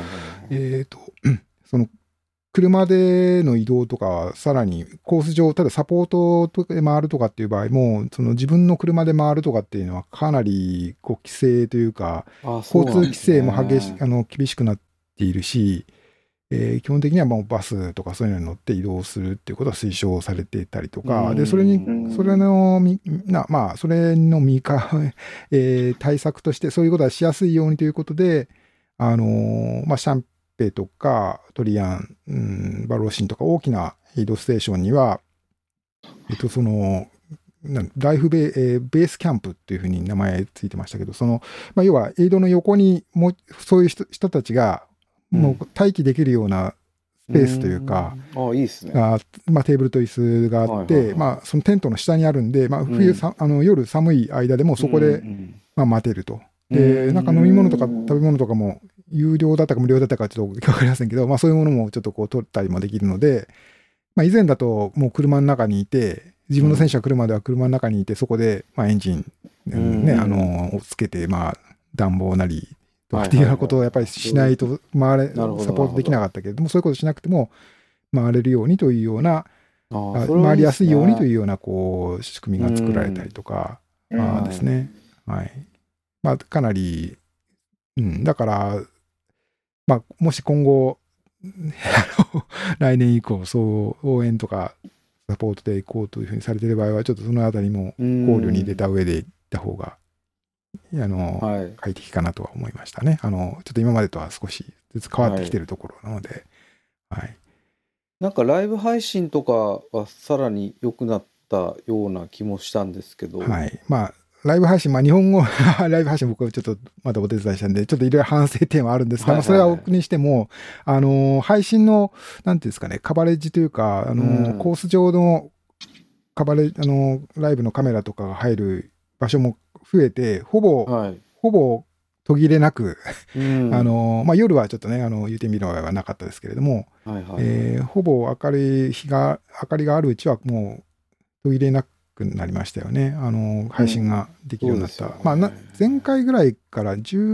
その車での移動とか、さらにコース上、ただサポートで回るとかっていう場合も、その自分の車で回るとかっていうのは、かなり規制というか、交通規制も厳しくなっているし、基本的にはもうバスとかそういうのに乗って移動するっていうことは推奨されていたりとか、でそれの対策として、そういうことがしやすいようにということで、シャンペとかトリアン、バローシンとか大きな移動ステーションには、そのライフベースキャンプっていうふうに名前ついてましたけど、要はエイドの横にもそういう人たちがもう待機できるようなスペースというか、 いいですね。 テーブルと椅子があって、そのテントの下にあるんで、夜寒い間でもそこで待てると。で、なんか飲み物とか食べ物とかも有料だったか無料だったかちょっとわかりませんけど、そういうものもちょっとこう取ったりもできるので、以前だともう車の中にいて、自分の選手が来るまでは車の中にいて、そこでエンジンをつけて、暖房なりっていうようなことをやっぱりしないとサポートできなかったけれども、そういうことしなくても回れるようにというような、回りやすいようにというような仕組みが作られたりとかですね。かなり、だから、もし今後来年以降そう応援とかサポートでいこうというふうにされている場合は、ちょっとそのあたりも考慮に入れた上でいった方が快適かなとは思いましたね。ちょっと今までとは少しずつ変わってきてるところなので、 なんかライブ配信とかはさらに良くなったような気もしたんですけど、 ライブ配信、日本語ライブ配信僕はちょっとまだお手伝いしたんで、ちょっといろいろ反省点はあるんですが、それは奥にしても、配信の、なんていうんですかね、カバレッジというか、コース上のライブのカメラとかが入る場所も増えて、ほぼ途切れなく、夜はちょっとね、言ってみるのはなかったですけれども、ほぼ明かりがあるうちはもう途切れなくなりましたよね。配信ができるようになった。前回ぐらいから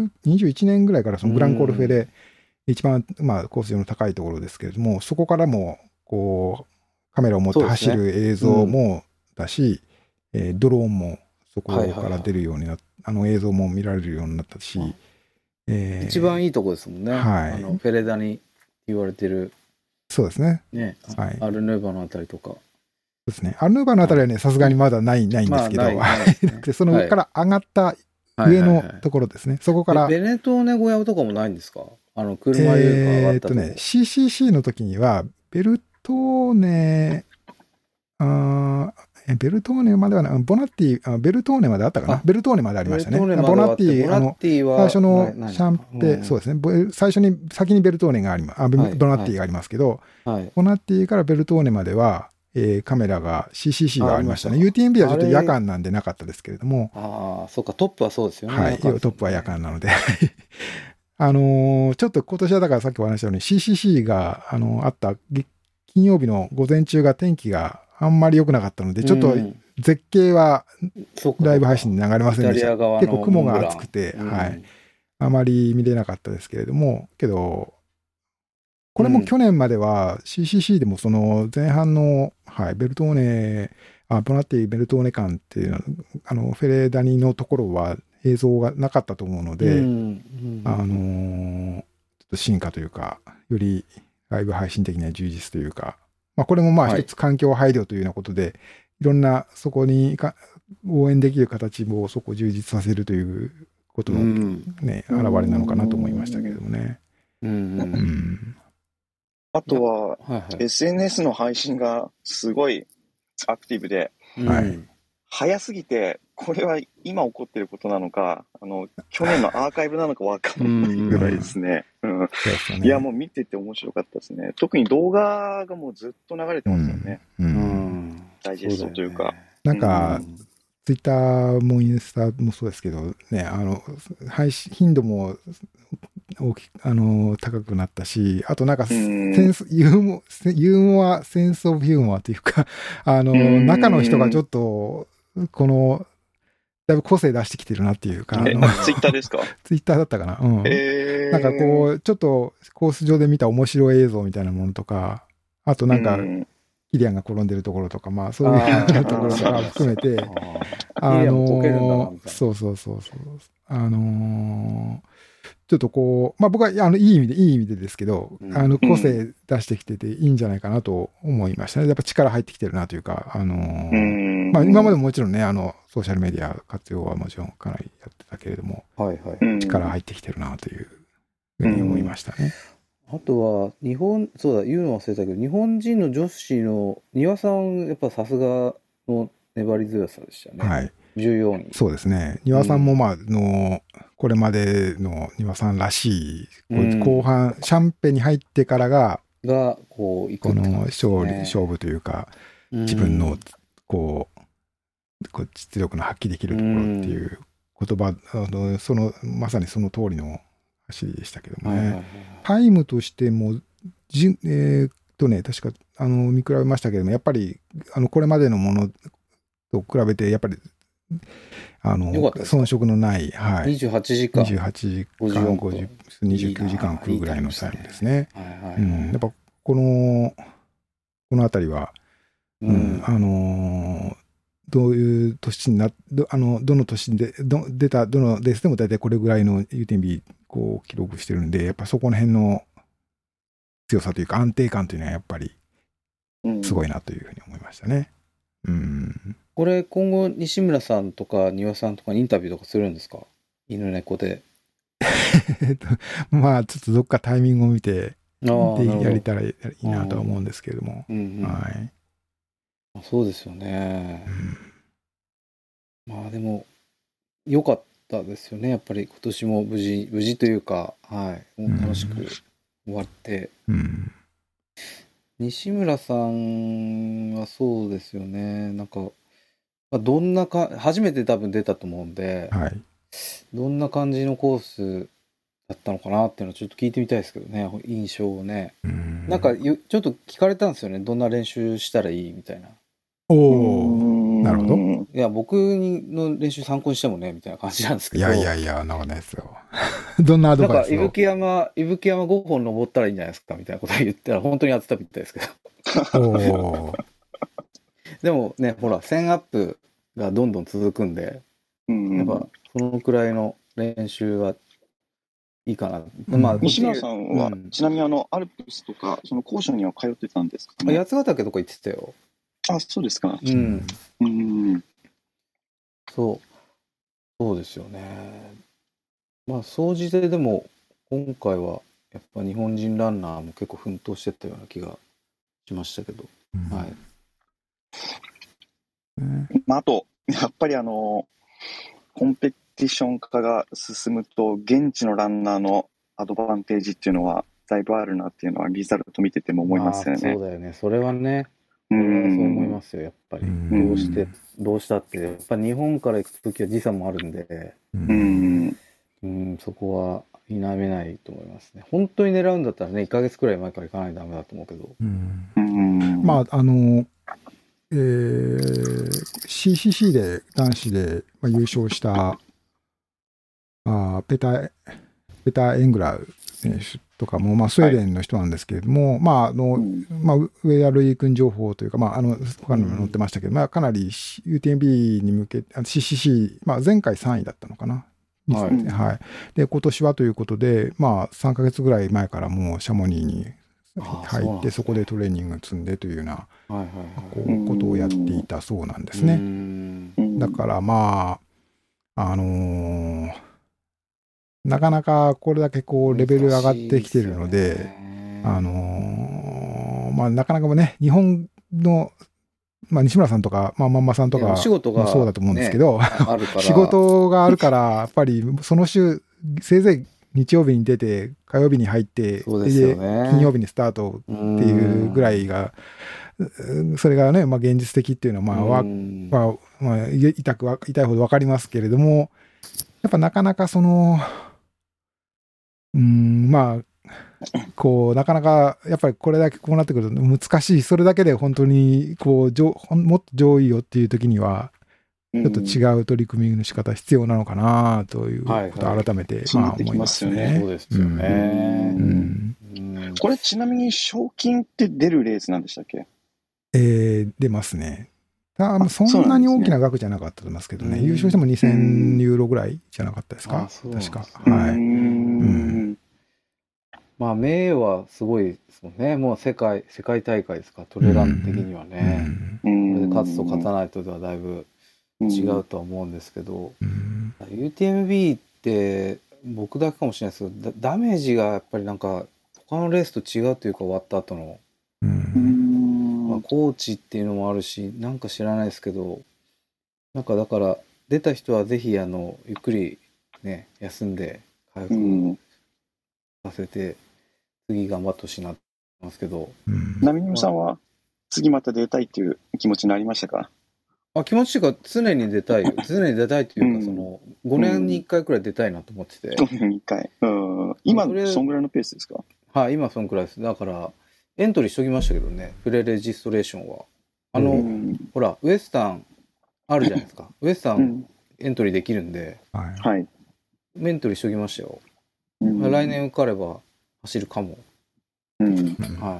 21年ぐらいからそのグランコルフェで一番コース上の高いところですけれども、そこからもこうカメラを持って走る映像もだし、ドローンもそこから出るようになって、映像も見られるようになったし、 一番いいとこですもんね。フェレダに言われてる。 そうですね。 アルヌーバのあたりとか。 そうですね。アルヌーバのあたりはね、さすがにまだないんですけど、その上から上がった上のところですね。そこから。 ベネトーネ小屋とかもないんですか？車湯が上がったとこ。 CCC の時には、ベルトーネ、 ベルトーネまではな、ボナッティ、ベルトーネまであったかな。ベルトーネまでありましたね。ボナッティ、最初のシャンペ、そうですね。最初に、先にベルトーネがあります。ボナッティがありますけど、ボナッティからベルトーネまでは、カメラが CCC がありましたね。UTMB はちょっと夜間なんでなかったですけれども。 ああ、そうか、トップはそうですよね。 はい、トップは夜間なので。ちょっと今年はだからさっきお話したように CCC があった金曜日の午前中が天気があんまり良くなかったので、ちょっと絶景はライブ配信で流れませんでした。結構雲が厚くて、はい。あまり見れなかったですけれども、けど、これも去年までは CCC でもその前半の、はい、ベルトーネ、ボナッティ・ベルトーネ間っていうフェレダニのところは映像がなかったと思うので、ちょっと進化というか、よりライブ配信的には充実というか、これも一つ環境配慮というようなことで、いろんなそこに応援できる形もそこを充実させるということのね、表れなのかなと思いましたけれどもね。 あとは、SNS の配信がすごいアクティブで、早すぎて、これは今起こっていることなのか、去年のアーカイブなのか分かんないぐらいですね。いや、もう見てて面白かったですね。特に動画がもうずっと流れてますよね。ダイジェストというか。 なんか、ツイッターもインスタもそうですけど、ね、配信頻度も高くなったし、あとなんかユーモア、センスオブユーモアというか、中の人がちょっと、だいぶ個性出してきてるなっていうか。 ツイッターですか？ ツイッターだったかな。なんかこう、ちょっとコース上で見た面白い映像みたいなものとか、あとなんか、キリアンが転んでるところとか、そういうところとか含めて、そう。ちょっとこう、僕はいい意味でですけど、個性出してきてていいんじゃないかなと思いましたね。やっぱ力入ってきてるなというか、今までももちろんね、ソーシャルメディア活用はもちろんかなりやってたけれども、力入ってきてるなというふうに思いましたね。 あとは、そうだ、言うの忘れたけど、日本人の女子の、丹羽さん、やっぱさすがの粘り強さでしたね。はい。14位。 そうですね。丹羽さんも、これまでの丹羽さんらしい、後半、シャンペに入ってからが、 この勝負というか、自分の、実力の発揮できるところっていう言葉、まさにその通りの走りでしたけどもね。タイムとしても、確か、見比べましたけども、やっぱり、これまでのものと比べて、やっぱり、遜色のない、 28時間 50、29時間来るぐらいのタイムですね。やっぱ、このあたりは、どういう年にどの年で、出た、どのレースでも大体これぐらいの UTMB 記録してるんで、やっぱそこの辺の強さというか安定感というのはやっぱりすごいなというふうに思いましたね。 これ今後西村さんとか丹羽さんとかにインタビューとかするんですか？犬猫で。 ちょっとどっかタイミングを見てやれたらいいなとは思うんですけれども。 そうですよね。でも良かったですよね。やっぱり今年も無事というか、楽しく終わって。西村さんはそうですよね。なんか、初めて多分出たと思うんで、どんな感じのコースだったのかなっていうのをちょっと聞いてみたいですけどね、印象をね。なんかちょっと聞かれたんですよね。どんな練習したらいいみたいな。 なるほど。 いや、僕の練習参考にしてもね、みたいな感じなんですけど。 いや、なんかないですよ。どんなアドバイスを？ なんか、伊吹山5本登ったらいいんじゃないですか、みたいなことを言ったら、本当にやってたみたいですけど。でもね、ほら、1000アップがどんどん続くんで、やっぱ、そのくらいの練習はいいかな。 西村さんは、ちなみにアルプスとか、その高所には通ってたんですかね？ 八ヶ岳とか行ってたよ。 あ、そうですか。 そうですよね。総じてでも、今回は、やっぱ日本人ランナーも結構奮闘してたような気がしましたけど。 あと、やっぱりコンペティション化が進むと、現地のランナーのアドバンテージっていうのは、だいぶあるなっていうのは、リザルト見てても思いますよね。 そうだよね。それはね、そう思いますよ、やっぱり。どうしたって、やっぱ日本から行くときは時差もあるんで、そこは否めないと思いますね。本当に狙うんだったらね、1ヶ月くらい前から行かないとダメだと思うけど。 まあ、CCC で男子で優勝したペター・エングラー選手とかも、スウェーデンの人なんですけれども、上田瑠衣君情報というか、他にも載ってましたけど、かなり UTMB に向けて、CCC、前回3位だったのかな。で、今年はということで、3ヶ月ぐらい前からもうシャモニーに入って、そこでトレーニング積んでというようなことをやっていたそうなんですね。だからなかなかこれだけレベル上がってきてるので、なかなかもね、日本の、西村さんとか、まんまさんとかもそうだと思うんですけど、仕事があるから、やっぱりその週、せいぜい日曜日に出て、火曜日に入って、金曜日にスタートっていうぐらいが、それがね、現実的っていうのは、痛いほど分かりますけれども、やっぱなかなかなかなかやっぱりこれだけこうなってくると難しい。それだけで本当にもっと上位よっていう時にはちょっと違う取り組みの仕方必要なのかなということを改めて思いますね。 そうですよね。 これちなみに賞金って出るレースなんでしたっけ？ 出ますね。そんなに大きな額じゃなかったと思いますけどね。優勝しても2000ユーロぐらいじゃなかったですか？確か。 名誉はすごいですもんね。もう世界大会ですか、トレラン的にはね。これで勝つと勝たないとではだいぶ違うとは思うんですけど、UTMB って僕だけかもしれないですけど、ダメージがやっぱりなんか他のレースと違うというか、終わった後の。コーチっていうのもあるし、なんか知らないですけど、だから出た人はぜひゆっくりね休んで回復させて、次頑張ってほしいなと思いますけど。 波沼さんは次また出たいっていう気持ちになりましたか？ 気持ちが常に出たいよ。常に出たいというか、5年に1回くらい出たいなと思ってて。 5年に1回。今そんぐらいのペースですか？ はい、今そんくらいです。だからエントリーしときましたけどね、プレレジストレーションは。ほら、ウエスタンあるじゃないですか。ウエスタンエントリーできるんで、 はい。 エントリーしときましたよ。来年受かれば走るかも。はい。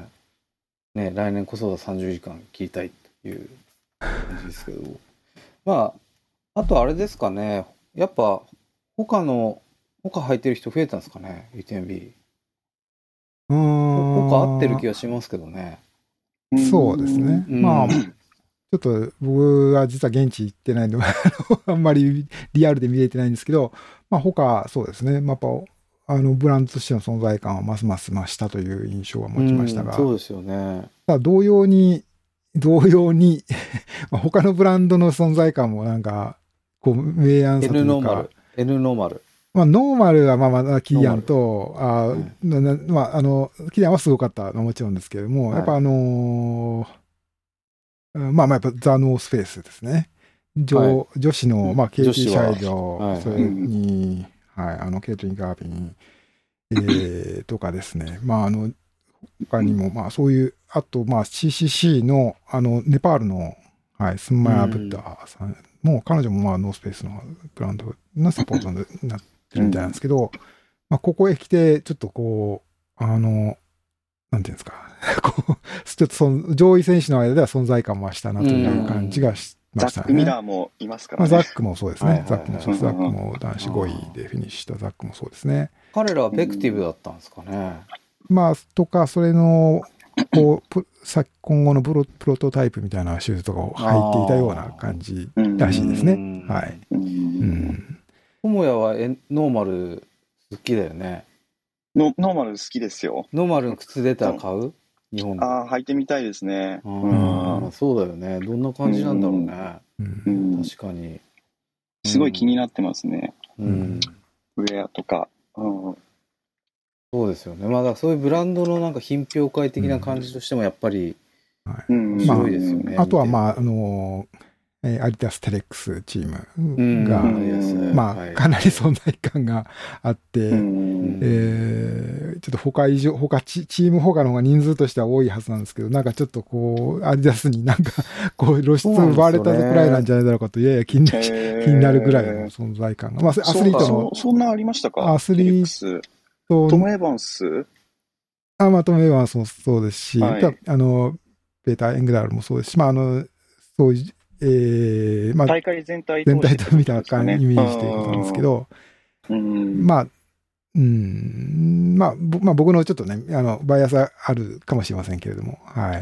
ね、来年こそは30時間切りたいっていう感じですけど。あとあれですかね、やっぱ他入ってる人増えたんですかね、UTMB。他合ってる気がしますけどね。 そうですね。ちょっと僕は実は現地行ってないのであんまりリアルで見れてないんですけど、他そうですね。やっぱブランドとしての存在感はますます増したという印象は持ちましたが、 そうですよね。 同様に他のブランドの存在感もなんか明暗さというか、 N ノーマル。 ノーマルはキリアンと、キリアンはすごかったのはもちろんですけれども、やっぱやっぱザ・ノースフェイスですね。女子の、ケイティ・シャイド、それに、ケイトリン・ガービン、とかですね。他にも、そういう、あと、CCC の、ネパールの、スンマヤ・ブッダさんも、彼女も、ノースペースのブランドのサポートになってるみたいなんですけど、ここへ来て、ちょっとなんていうんですか、ちょっと上位選手の間では存在感増したなという感じがしましたね。 ザック・ミラーもいますからね。 ザックもそうですね。ザックも男子5位でフィニッシュしたザックもそうですね。 彼らはベクティブだったんですかね。 とか、それの、今後のプロトタイプみたいなシューズとかを履いていたような感じらしいですね。はい。 智也はノーマル好きだよね。 ノーマル好きですよ。 ノーマルの靴出たら買う？ 日本で。 履いてみたいですね。 そうだよね。どんな感じなんだろうね。確かに。 すごい気になってますね。ウェアとか。 そうですよね。まあ、だからそういうブランドのなんか品評会的な感じとしてもやっぱり面白いですよね。 あとはまあ、アディダステレックスチームが、まあ、かなり存在感があって、ちょっとチーム他の方が人数としては多いはずなんですけど、なんかちょっとこう、アディダスになんか、こう、露出奪われたくらいなんじゃないだろうかと、やや気になるぐらいの存在感が。まあ、アスリートの。 そんなありましたか？ アスリート。 トム・エヴァンス？ まあ、トム・エヴァンスもそうですし、ペーター・エングダールもそうですし、まあ、そういう、まあ、 大会全体と見たイメージということなんですけど、まあ、まあ、僕のちょっとね、バイアスあるかもしれませんけれども、はい。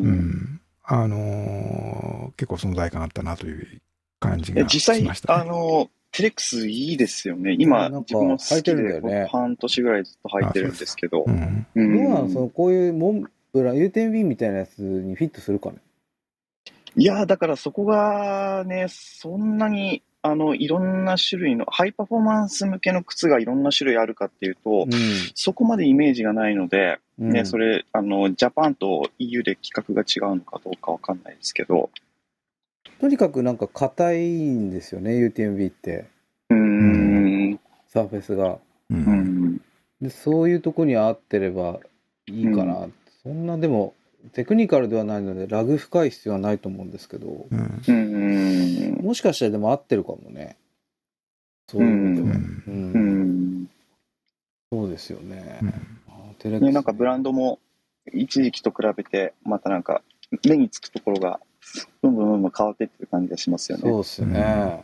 結構存在感あったなという感じがしました、ね。 実際、テレックスいいですよね。今、自分も好きで、半年ぐらいずっと履いてるんですけど。どうなの？こういうモンブラン、UTMB みたいなやつにフィットするかね？ いや、だからそこがね、そんなに、いろんな種類の、ハイパフォーマンス向けの靴がいろんな種類あるかっていうと、そこまでイメージがないので、ね、それ、ジャパンと EU で規格が違うのかどうかわかんないですけど。 とにかくなんか硬いんですよね、UTMB って。サーフェスが。で、そういうとこに合ってればいいかな。そんな、でも、テクニカルではないのでラグ深い必要はないと思うんですけど、もしかしたらでも合ってるかもね。そういうことは。そうですよね。 ね、なんかブランドも一時期と比べてまたなんか目につくところがどんどん変わっていってる感じがしますよね。 そうですよね。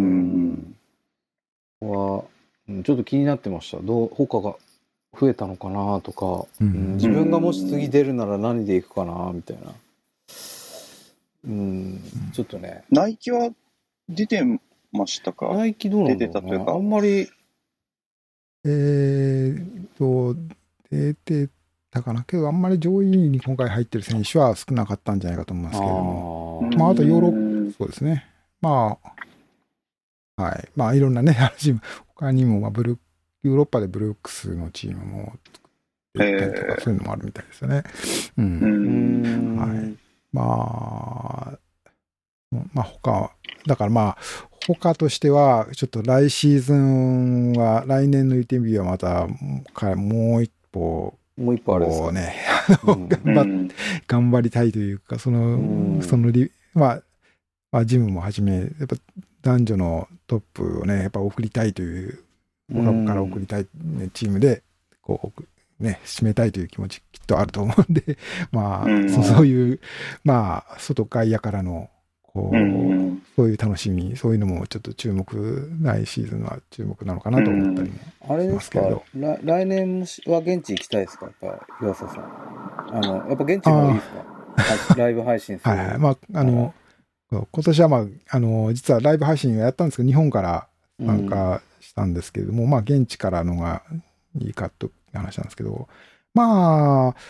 ここはちょっと気になってました。他が増えたのかなとか、自分がもし次出るなら何でいくかなみたいな。ちょっとね。 ナイキは出てましたか？ ナイキどうなんだろうね。出てたというか。あんまり。 出てたかなけど、あんまり上位に今回入ってる選手は少なかったんじゃないかと思いますけれども。まあ、あとヨーロッパ、そうですね。まあ、はい。まあ、いろんなね、他にも、ヨーロッパでブルックスのチームも作ってったりとか、そういうのもあるみたいですよね。はい。まあ、だからまあ、他としては、ちょっと来シーズンは、来年の UTMB はまた、もう一歩あれですかね、頑張りたいというか、まあ、ジムもはじめ、やっぱ男女のトップをね、やっぱ送りたいという、他から送りたい、ね、チームで、こう、ね、締めたいという気持ちきっとあると思うんで、まあ、そういう、まあ、外外野からの、そういう楽しみ、そういうのもちょっと注目、来シーズンは注目なのかなと思ったりもしますけど。 来年は現地行きたいですか、やっぱ、岩佐さん。やっぱ現地もいいですか？ライブ配信する。 はい、まあ、今年はまあ、実はライブ配信をやったんですけど、日本から参加したんですけれども、まあ、現地からのがいいかという話なんですけど、まあ、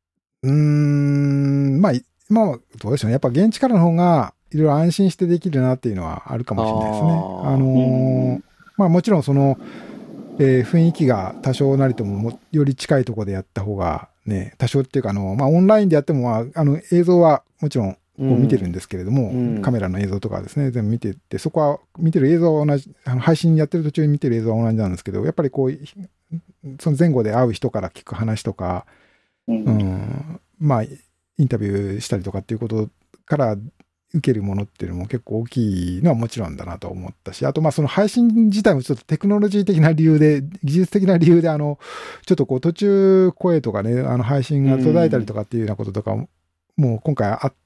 まあ、どうでしょうね。やっぱ現地からの方が、いろいろ安心してできるなっていうのはあるかもしれないですね。まあもちろんその、雰囲気が多少なりともより近いところでやった方がね、多少っていうかまあオンラインでやっても、映像はもちろんこう見てるんですけれども、カメラの映像とかですね、全部見てて、そこは見てる映像は同じ、配信やってる途中に見てる映像は同じなんですけど、やっぱりこう、その前後で会う人から聞く話とか、まあ、インタビューしたりとかっていうことから受けるものっていうのも結構大きいのはもちろんだなと思ったし、あとまあその配信自体もちょっとテクノロジー的な理由で、技術的な理由でちょっとこう途中声とかね、配信が途絶えたりとかっていうようなこととかもう今回あって、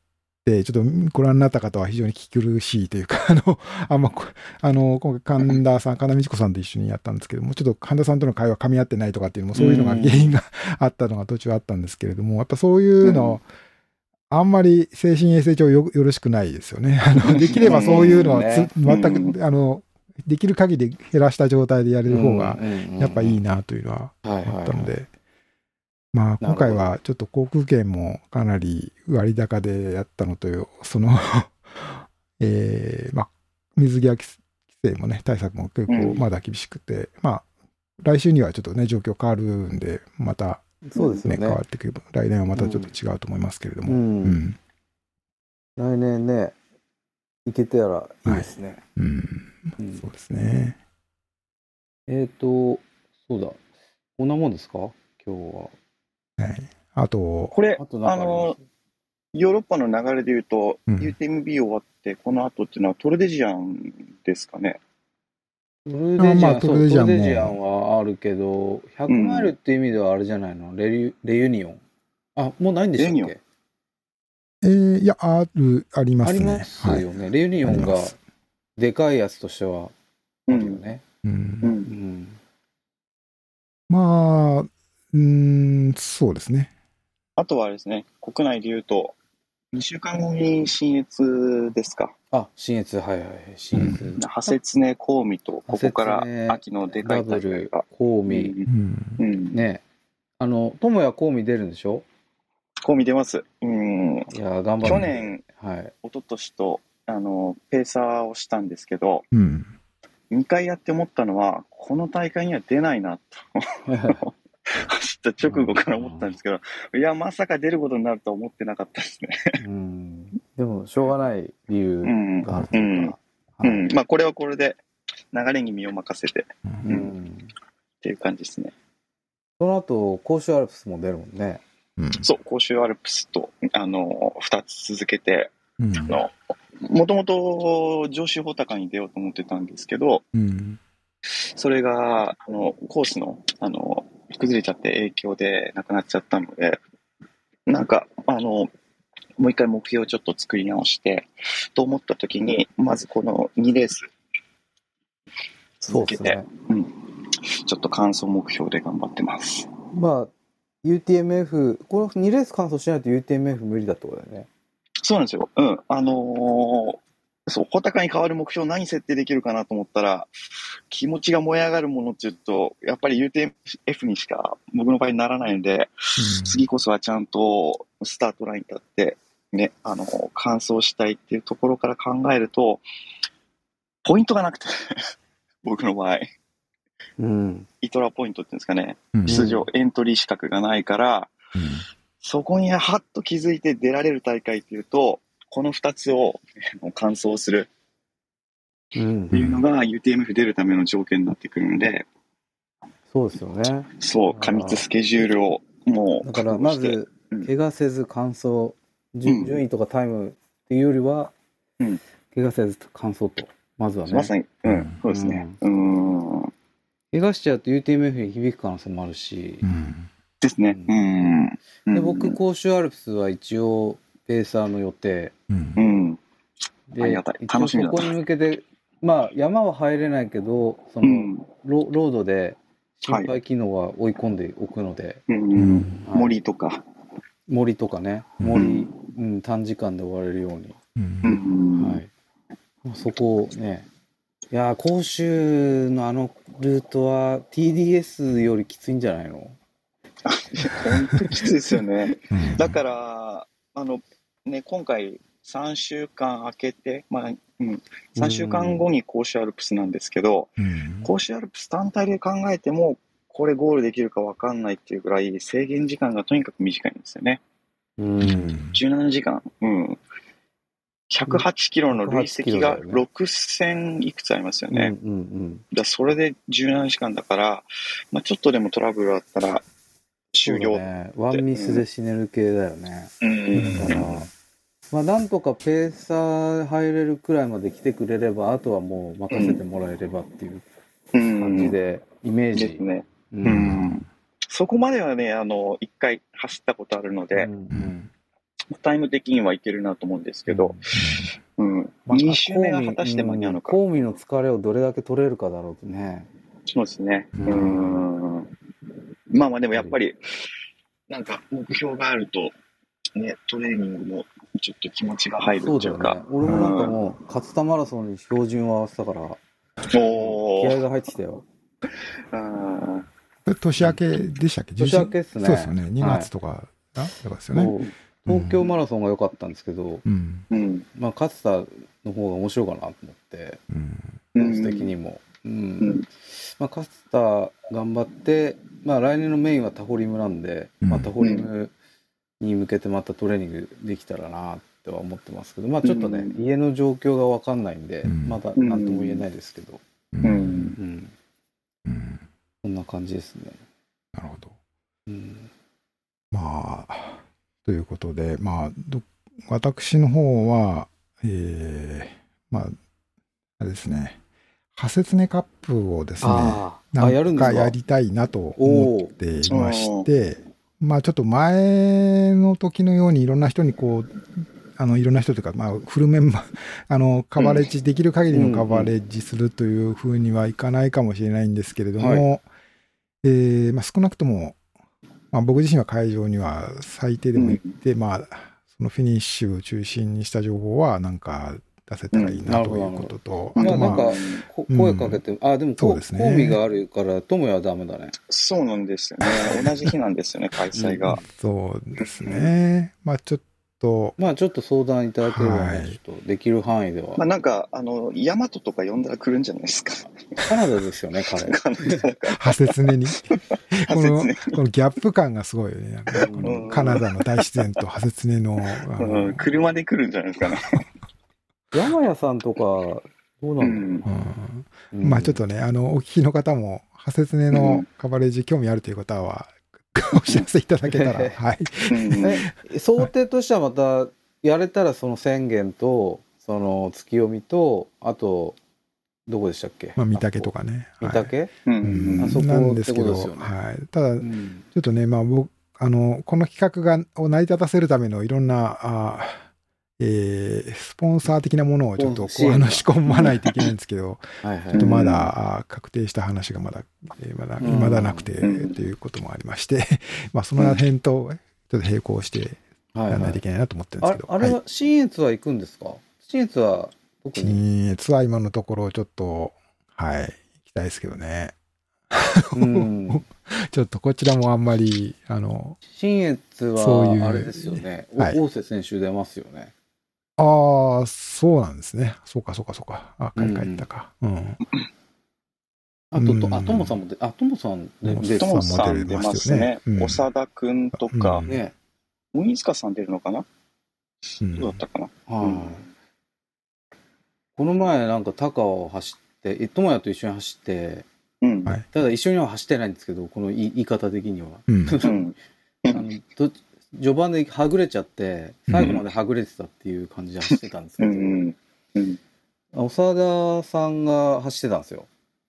ちょっとご覧になった方は非常に聞き苦しいというか、今回神田美智子さんと一緒にやったんですけども、ちょっと神田さんとの会話噛み合ってないとかっていうのも、そういうのが原因があったのが途中あったんですけれども、やっぱそういうの、あんまり精神衛生上よろしくないですよね。できればそういうのは全く、できる限り減らした状態でやれる方が、やっぱいいなというのはあったので、 まあ、今回はちょっと航空券もかなり割高でやったのという、まあ、水際規制もね、対策も結構まだ厳しくて、まあ、来週にはちょっとね、状況変わるんで、また、 そうですね、 変わってくる。来年はまたちょっと違うと思いますけれども。 来年ね、行けたらいいですね。 そうですね。 そうだ。こんなもんですか今日は。 はい。あと、 これ、ヨーロッパの流れで言うと、UTMB 終わって、この後っていうのはトルデジアンですかね。 トルデジアンはあるけど、100マイルっていう意味ではあれじゃないの、レユニオン。あ、もうないんでしたっけ？ いや、ありますね。 ありますよね。レユニオンがでかいやつとしてはあるよね。 まあ、そうですね。 あとはあれですね、国内で言うと、2週間後に新越ですか。 新越、はいはい、新越。 ハセツネ、コウミと、ここから秋のでかい大会が。 コウミ。ね。友也コウミ出るんでしょ？ コウミ出ます。いや、頑張って。 去年、一昨年と、ペーサーをしたんですけど、2回やって思ったのは、この大会には出ないなと。走った直後から思ったんですけど、いや、まさか出ることになるとは思ってなかったですね。 でも、しょうがない理由があるというか。 まあ、これはこれで、流れに身を任せて、っていう感じですね。 その後、甲州アルプスも出るもんね。 そう、甲州アルプスと、2つ続けて、もともと上州穂高に出ようと思ってたんですけど、それが、コースの、崩れちゃって影響でなくなっちゃったので、なんか、もう一回目標をちょっと作り直して、と思った時に、まずこの2レース続けて、ちょっと完走目標で頑張ってます。 まあ、UTMF、この2レース完走しないと UTMF 無理だってことだよね。そうなんですよ。 そう、穂高に変わる目標何設定できるかなと思ったら、気持ちが燃え上がるものっていうと、やっぱり UTMF にしか僕の場合にならないので、次こそはちゃんとスタートラインに立って、ね、完走したいっていうところから考えると、ポイントがなくて、僕の場合。イトラポイントっていうんですかね、出場、エントリー資格がないから、そこにはっと気づいて出られる大会っていうと、この2つを完走するっていうのが UTMF 出るための条件になってくるので、 そうですよね。 そう、過密スケジュールをもうだからまず、怪我せず完走、順位とかタイムっていうよりは、怪我せず完走と、まずはね。 まさに、そうですね。 怪我しちゃうと UTMF に響く可能性もあるし。 ですね。 で、僕、甲州アルプスは一応、ペーサーの予定。 で、楽しみだそこに向けて、まあ、山は入れないけど、ロードで心肺機能は追い込んでおくので。 森とか。 森とかね。森、短時間で終われるように。はい。そこをね。いやー、甲州のルートは TDS よりきついんじゃないの？ 本当きついですよね。だから、今回3週間空けて、3週間後に甲州アルプスなんですけど、甲州アルプス単体で考えても、これゴールできるか分かんないっていうぐらい制限時間がとにかく短いんですよね。17時間。108キロの累積が6000いくつありますよね。それで17時間だから、ちょっとでもトラブルあったら終了。 ワンミスで死ねる系だよね。だから、なんとかペーサー入れるくらいまで来てくれれば、あとはもう任せてもらえればっていう感じで、イメージ。 ですね。そこまではね、一回走ったことあるので、タイム的にはいけるなと思うんですけど、2周目が果たして間に合うのか。 コウミの疲れをどれだけ取れるかだろうとね。 そうですね。でもやっぱり、なんか目標があると、ね、トレーニングもちょっと気持ちが入るっていうか。 そうだよね。俺もなんかもう、勝田マラソンに標準を合わせたから、気合が入ってきたよ。 年明けでしたっけ？ 年明けですね。 そうですよね。2月とかだからですよね。 東京マラソンが良かったんですけど、まあ、勝田の方が面白いかなと思って、コース的にも。まあ、勝田頑張って、まあ、来年のメインはタホリムなんで、まあ、タホリムに向けてまたトレーニングできたらなっては思ってますけど、まあ、ちょっとね、家の状況が分かんないんで、まだ何とも言えないですけど、そんな感じですね。 なるほど。まあ、ということで、まあ、私の方は、まあ、あれですね、ハセツネカップをですね、なんかやりたいなと思っていまして、まあちょっと前の時のようにいろんな人にこう、いろんな人というか、まあフルメンバー、カバレッジ、できる限りのカバレッジするというふうにはいかないかもしれないんですけれども、まあ少なくとも、まあ僕自身は会場には最低でも行って、まあそのフィニッシュを中心にした情報はなんか、出せたらいいなということと、 あとまあなんか声かけて、でもコンビがあるから友也はダメだね。 そうなんですよね。同じ日なんですよね、開催が。 そうですね。まあちょっと相談いただければね、ちょっとできる範囲では。 まあなんかヤマトとか呼んだら来るんじゃないですか。 カナダですよね、彼。 ハセツネにこのギャップ感がすごいよね。カナダの大自然とハセツネの車で来るんじゃないですかね。 山谷さんとか、どうなんだろう。まあちょっとね、お聞きの方も、ハセツネのカバレージ興味あるという方は、お知らせいただけたら、はい。 想定としてはまた、やれたらその宣言と、その月読みと、あと、どこでしたっけ？ まあ、御嶽とかね。 御嶽？ あそこなんですけど、はい。ただ、ちょっとね、まあ僕、この企画を成り立たせるためのいろんな、スポンサー的なものをちょっと仕込まないといけないんですけど、ちょっとまだ確定した話がまだなくてということもありまして、まあその辺とちょっと並行してやらないといけないなと思ってるんですけど。 あれは信越は行くんですか？信越は信越は今のところちょっと、はい、行きたいですけどね。ちょっとこちらもあんまり、 信越はあれですよね。大瀬選手出ますよね。 ああ、そうなんですね。そうか。帰ったか。 トモさん出ますね。長田くんとか、鬼塚さん出るのかな？どうだったかな？ この前なんか高尾を走って、友也と一緒に走って、ただ一緒には走ってないんですけど、この言い方的には。序盤ではぐれちゃって最後まではぐれてたっていう感じで走ってたんですけど、長田さんが走ってたんですよ。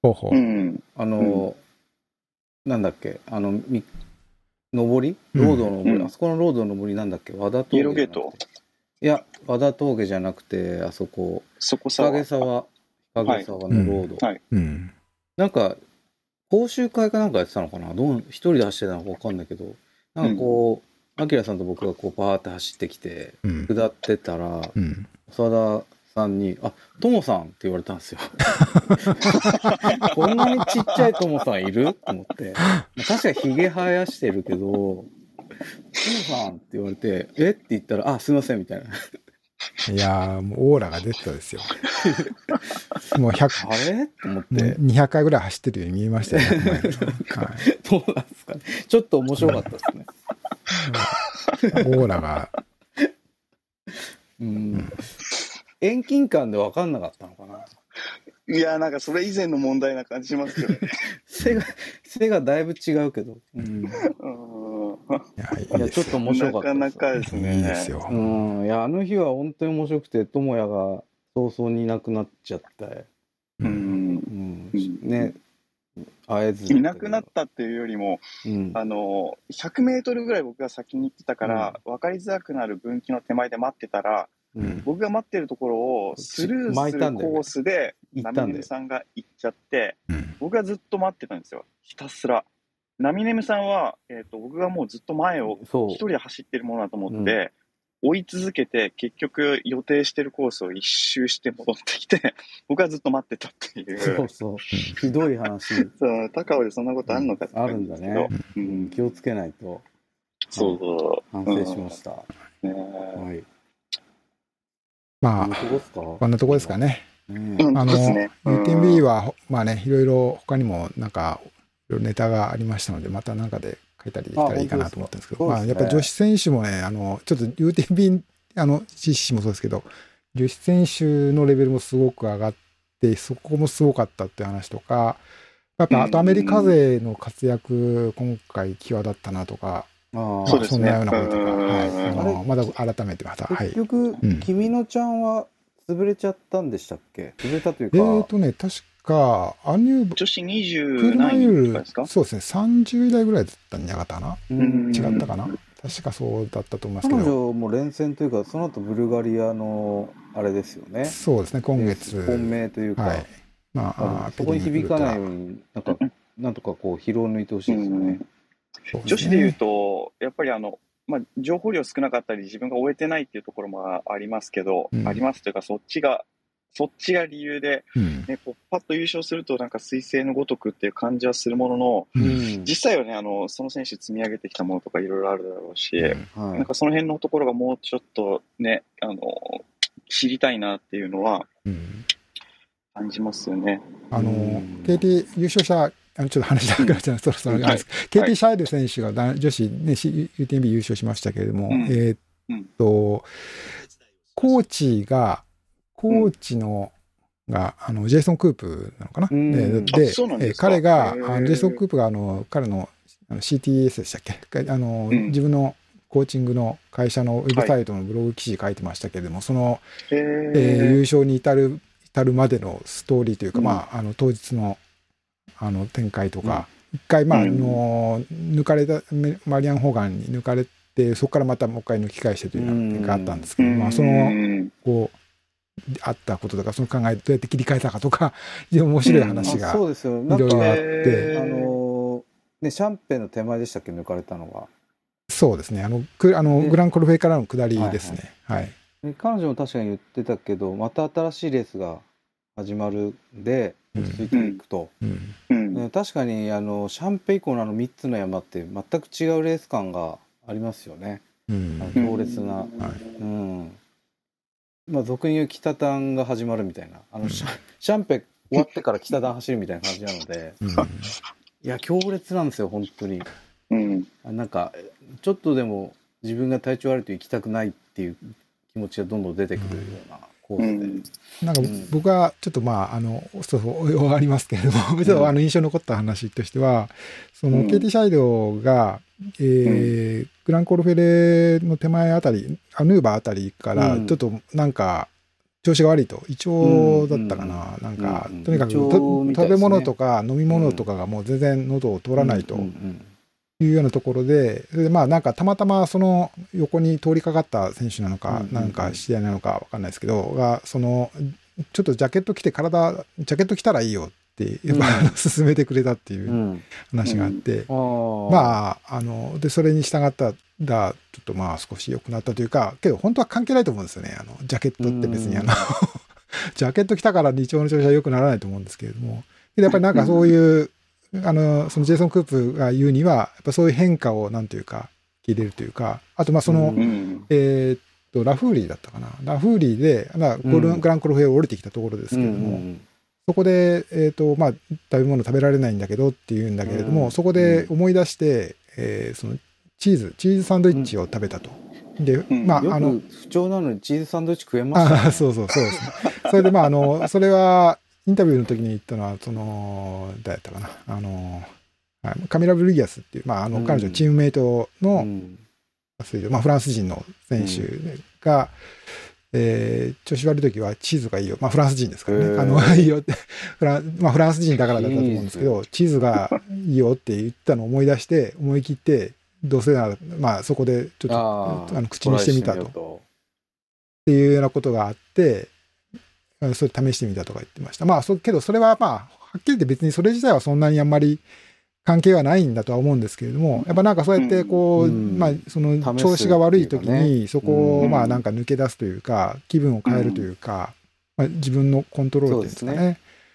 なんだっけ、上りロードの上り、あそこのロードの上りなんだっけ、和田峠。イエローゲート？いや、和田峠じゃなくて、あそこ、日陰沢のロード。なんか講習会かなんかやってたのかな、一人で走ってたのか分かんないけど、なんかこう、アキラさんと僕がこうパーって走ってきて、下ってたら、長田さんに、トモさんって言われたんですよ。こんなにちっちゃいトモさんいると思って。確かにヒゲ生やしてるけど、トモさんって言われて、って言ったら、すいませんみたいな。 いやー、もうオーラが出てたですよ。もう100、 あれと思って。 200回ぐらい走ってるように見えましたよね。 どうなんですかね。ちょっと面白かったですね。 オーラが。 遠近感で分かんなかったのかな。 いや、なんかそれ以前の問題な感じしますよね。 背がだいぶ違うけど。いや、ちょっと面白かったです。 なかなかですね。 いいですよ。 いや、あの日は本当に面白くて、智也が早々にいなくなっちゃって。ね。会えず。 いなくなったっていうよりも、100メートルぐらい僕が先に行ってたから、分かりづらくなる分岐の手前で待ってたら、僕が待ってるところをスルーするコースで、ナミネムさんが行っちゃって、僕がずっと待ってたんですよ。ひたすら。ナミネムさんは、僕がもうずっと前を一人で走ってるものだと思って、 追い続けて、結局予定してるコースを一周して戻ってきて、僕はずっと待ってたっていう。 そうそう。ひどい話。 そう、高尾でそんなことあるのかってあるんだね。気をつけないと。 そうそう。 反省しました。はい。 まあ、こんなとこですかね。UTMB は、まあね、いろいろ他にもなんか、いろいろネタがありましたので、またなんかで書いたりできたらいいかなと思ったんですけど、まあ、やっぱり女子選手もね、ちょっと UTMB、実施もそうですけど、女子選手のレベルもすごく上がって、そこもすごかったっていう話とか、やっぱあとアメリカ勢の活躍、今回際立ったなとか、 そうですね。 そんなようなこととか、はい、まだ改めてまた、はい。 結局、君野ちゃんは潰れちゃったんでしたっけ？潰れたというか。 確か、女子20何人ですか？ そうですね、30代ぐらいだったんじゃなかったかな？違ったかな？確かそうだったと思いますけど。 彼女も連戦というか、その後ブルガリアのあれですよね。 そうですね、今月。 本命というか、はい、まあ、そこに響かないように、なんとかこう、疲労を抜いてほしいですよね。 女子でいうと、やっぱりまあ、情報量少なかったり、自分が終えてないっていうところもありますけど、ありますというか、そっちが理由で、ね、こうパッと優勝すると、なんか彗星のごとくっていう感じはするものの、実際はね、その選手積み上げてきたものとかいろいろあるだろうし、なんかその辺のところがもうちょっとね、知りたいなっていうのは、感じますよね。 KT 優勝者、ちょっと話長くなっちゃう、そろそろなんですけど、KT シャイル選手が女子、ね、UTMB 優勝しましたけれども、コーチのがジェイソン・クープなのかな、で彼がジェイソン・クープが彼のCTS でしたっけ、自分のコーチングの会社のウェブサイトのブログ記事書いてましたけれども、その、優勝に至るまでのストーリーというか、まあ、当日の展開とか、一回、まあ抜かれたマリアン・ホーガンに抜かれて、そこからまたもう一回抜き返してというような展開があったんですけど、まあ、そのこうあったこととか、その考えどうやって切り替えたかとか、非常に面白い話がいろいろあって、 シャンペンの手前でしたっけ、抜かれたのが。 そうですね、グランコルフェからの下りですね。 彼女も確かに言ってたけど、また新しいレースが始まるんで、落ち着いていくと。確かにシャンペ以降の3つの山って全く違うレース感がありますよね。強烈な。まあ俗に言う北谷が始まるみたいな。シャンペ終わってから北谷走るみたいな感じなので、いや強烈なんですよ本当に。なんかちょっとでも自分が体調悪いと行きたくないっていう気持ちがどんどん出てくるような。 なんか僕はちょっとまあ終わりますけれども、ちょっと印象に残った話としては、そのKTシャイドがグランコルフェレの手前あたり、ヌーバーあたりからちょっとなんか調子が悪いと、胃腸だったかな、なんかとにかく食べ物とか飲み物とかがもう全然喉を通らないというようなところで、それでまあなんかたまたまその横に通りかかった選手なのか、なんか知り合いなのかわかんないですけど、がちょっとジャケット着てジャケット着たらいいよって勧めてくれたっていう話があって、まあでそれに従ったらちょっとまあ少し良くなったというか、けど本当は関係ないと思うんですよね。ジャケットって別にジャケット着たから胃腸の調子は良くならないと思うんですけれども、やっぱりなんかそういうそのジェイソン・クープが言うには、やっぱそういう変化をなんていうか切れるというか、あとまあその、ラフーリーだったかな、ラフーリーでグランコルフェを降りてきたところですけれども、そこでまあ食べ物食べられないんだけどっていうんだけれども、そこで思い出して、そのチーズサンドイッチを食べたと。 でまあ不調なのにチーズサンドイッチ食えましたね。 そうですね。それでまあそれはインタビューの時に言ったのは、誰だったかな、カミラ・ブルギアスっていう、まあ、彼女のチームメイトの、まあ、フランス人の選手が、調子悪い時はチーズがいいよ、まあ、フランス人ですからね、いいよってまあ、フランス人だからだったと思うんですけど、チーズがいいよって言ったのを思い出して、思い切って、どうせなら、まあ、そこでちょっと口にしてみたと。っていうようなことがあって、それ試してみたとか言ってました。まあけどそれはまあはっきり言って別にそれ自体はそんなにあんまり関係はないんだとは思うんですけれども、やっぱなんかそうやってこう、まあその調子が悪い時にそこをまあなんか抜け出すというか、気分を変えるというか、まあ、自分のコントロールっていうんですかね。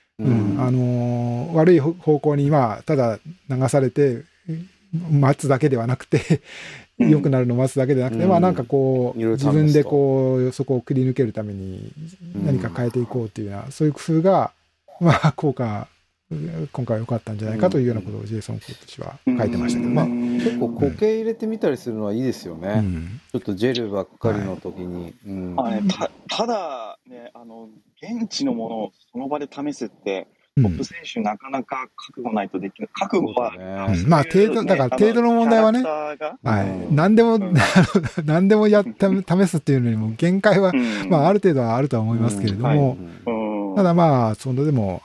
悪い方向にまあただ流されて待つだけではなくて良くなるのを待つだけではなくて、まあなんかこう自分でこうそこをくり抜けるために何か変えていこうっていうような、そういう工夫がまあ効果今回は良かったんじゃないかというようなことをジェイソン・コート氏は書いてましたけどね。 結構固形入れてみたりするのはいいですよね。ちょっとジェルばっかりの時に。 ただね、現地のものをその場で試すってトップ選手なかなか覚悟ないとできない。覚悟は、 まあだから程度の問題はね、何でも何でも試すっていうのにも限界はまあある程度はあるとは思いますけれども。ただまあ、それでも、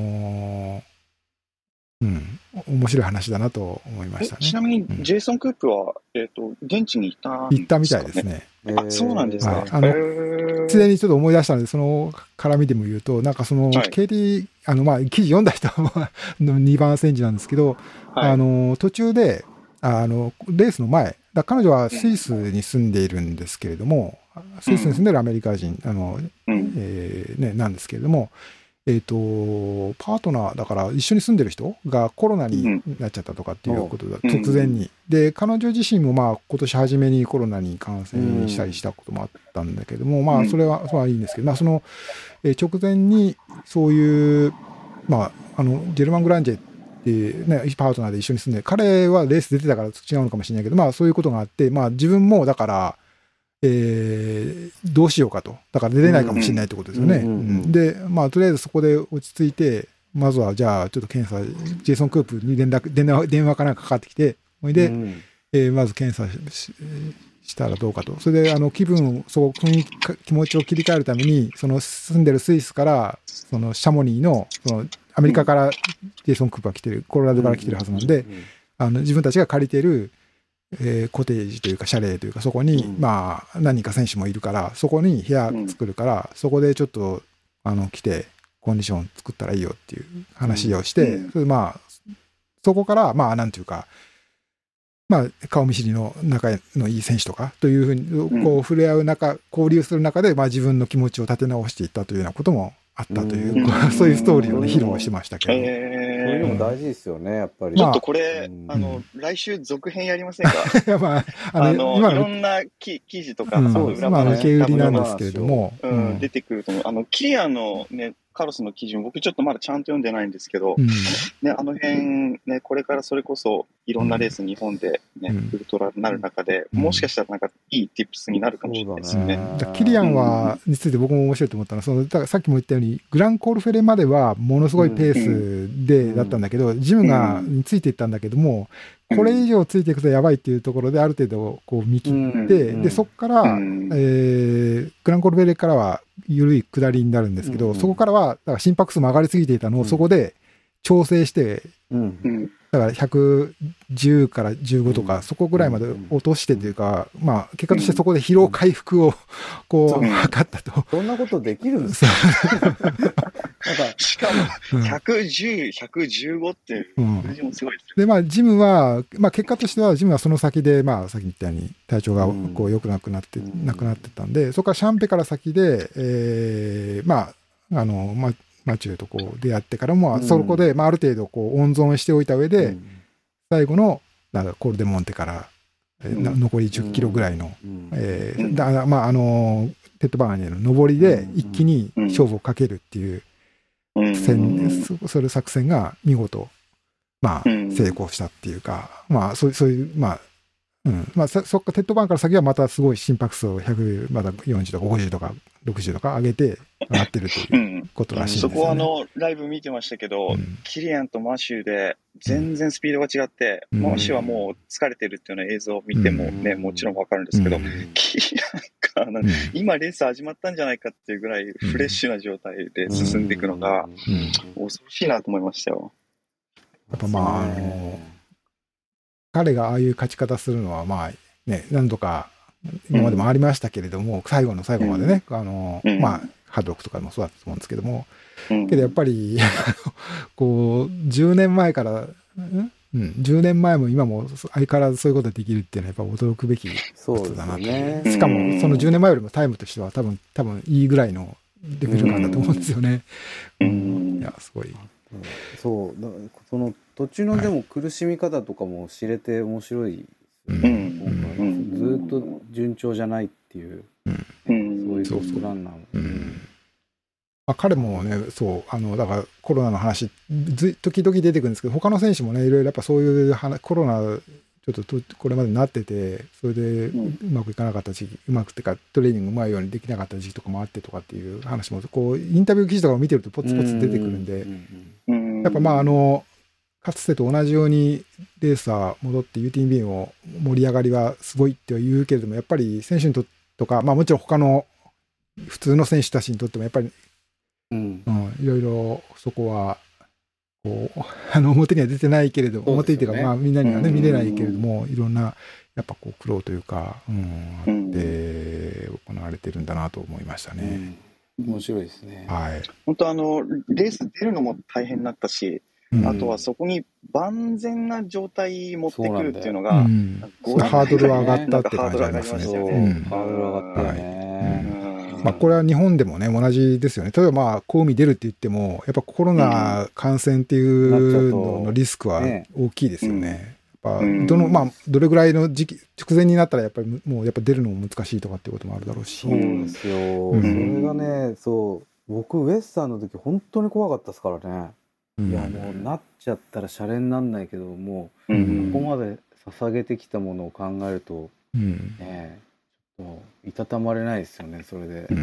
面白い話だなと思いましたね。 ちなみに、ジェイソン・クープは、現地に行ったみたいですね。 そうなんですか。 すでにちょっと思い出したので、その絡みでも言うと、なんかその、ケイティ、まあ、記事読んだ人は2番煎じなんですけど、途中で、レースの前、彼女はスイスに住んでいるんですけれども、スイスに住んでるアメリカ人、なんですけれども、パートナーだから一緒に住んでる人がコロナになっちゃったとかっていうことだ、突然に。で、彼女自身もまあ今年初めにコロナに感染したりしたこともあったんだけども、まあそれはいいんですけど、まあその、直前にそういう、まあ、ジェルマン・グランジェっていうね、パートナーで一緒に住んで、彼はレース出てたから違うのかもしれないけど、まあそういうことがあって、まあ自分もだから、どうしようかと。だから出れないかもしれないってことですよね。で、まあ、とりあえずそこで落ち着いて、まずは、じゃあ、ちょっと検査、ジェイソン・クープに電話かなんかかかってきて、それで、まず検査したらどうかと。それで、気持ちを切り替えるために、その住んでるスイスから、そのシャモニーの、そのアメリカからジェイソン・クープが来てる、コロラドから来てるはずなんで、自分たちが借りてる、コテージというか、シャレーというか、そこに、まあ、何人か選手もいるから、そこに部屋作るから、そこでちょっと、来て、コンディション作ったらいいよっていう話をして、まあ、そこから、まあ、なんていうか、まあ、顔見知りの仲のいい選手とか、というふうに、こう、触れ合う中、交流する中で、まあ、自分の気持ちを立て直していったというようなこともあったという、そういうストーリーをね、披露してましたけど。 そういうのも大事ですよね、やっぱり。 ちょっとこれ、来週続編やりませんか？ まあ、 いろんな記事とか、 受け売りなんですけれども、 出てくると思う。キリアンのね、カロスの記事も僕ちょっとまだちゃんと読んでないんですけど、ね、辺、ね、これからそれこそいろんなレース日本でね、ウルトラになる中で、もしかしたらなんかいいティップスになるかもしれないですよね。 キリアンについて僕も面白いと思ったのは、だからさっきも言ったように、グランコールフェレまではものすごいペースだったんだけど、ジムについていったんだけども、これ以上ついていくとやばいっていうところである程度こう見切って、で、そこから、グランコールフェレからは緩い下りになるんですけど、そこからは、だから心拍数も上がりすぎていたのをそこで調整して、だから110から15とか、そこぐらいまで落としてというか、まあ、結果としてそこで疲労回復を、こう、測ったと。 そんなことできるんですか？ しかも、110、115っていう、数字もすごいですよ。 で、まあ、ジムは、まあ、結果としては、ジムはその先で、まあ、さっき言ったように、体調がこう良くなくなってたんで、そこからシャンペから先で、まあ、マチューとこう出会ってからも、そこで、まあ、ある程度こう温存しておいた上で、最後のなんかコルデモンテから、残り10キロぐらいの、まあ、テッドバーンへの上りで一気に勝負をかけるっていうそれ作戦が見事、まあ、成功したっていうか、まあ、そういう、まあ、まあ、そっか、テッドバーンから先はまたすごい心拍数をまだ40とか50とか60とか上げて上がってるということらしいんですよね。 そこはライブ見てましたけど、キリアンとマシューで全然スピードが違って、マシューはもう疲れてるっていうような映像を見てもね、もちろんわかるんですけど、キリアンが今レース始まったんじゃないかっていうぐらいフレッシュな状態で進んでいくのが恐ろしいなと思いましたよ。 やっぱまあ、彼がああいう勝ち方するのは、まあね、何度か今までもありましたけれども、最後の最後までね、まあ、ハードロックとかもそうだと思うんですけども、けどやっぱり、こう、10年前から、 10年前も今も相変わらずそういうことができるっていうのはやっぱ驚くべきことだなと。 ね、 しかもその10年前よりもタイムとしては多分いいぐらいのレベル感だと思うんですよね。いやすごい。 そうだその途中のでも苦しみ方とかも知れて面白い、ずっと順調じゃないっていう、そういうトップランナーも。 彼もね、そうだからコロナの話時々出てくるんですけど、他の選手もねいろいろやっぱそういうコロナちょっとこれまでなってて、それでうまくいかなかった時期、うまくってかトレーニングうまいようにできなかった時期とかもあってとかっていう話もこうインタビュー記事とかを見てるとポツポツ出てくるんで、やっぱかつてと同じようにレーサー戻って UTMB の盛り上がりはすごいって言うけれども、やっぱり選手にとってとか、もちろん他の普通の選手たちにとってもやっぱりいろいろそこはこう表には出てないけれど、表っていうかみんなにはね見れないけれども、いろんなやっぱこう苦労というか、あって行われてるんだなと思いましたね。 面白いですね。 はい。本当レース出るのも大変だったし、あとはそこに万全な状態持ってくるっていうのが、 ハードルは上がったって感じありますね。 ハードル上がったよね。 これは日本でもね同じですよね。例えばこう見出るって言ってもやっぱコロナ感染っていうののリスクは大きいですよね。やっぱどれぐらいの時期直前になったらやっぱりもうやっぱ出るのも難しいとかっていうこともあるだろうし。 そうですよ。それがね、僕ウエスタンの時本当に怖かったですからね。いやもうなっちゃったらシャレになんないけども、ここまで捧げてきたものを考えるとね、いたたまれないですよね、それで。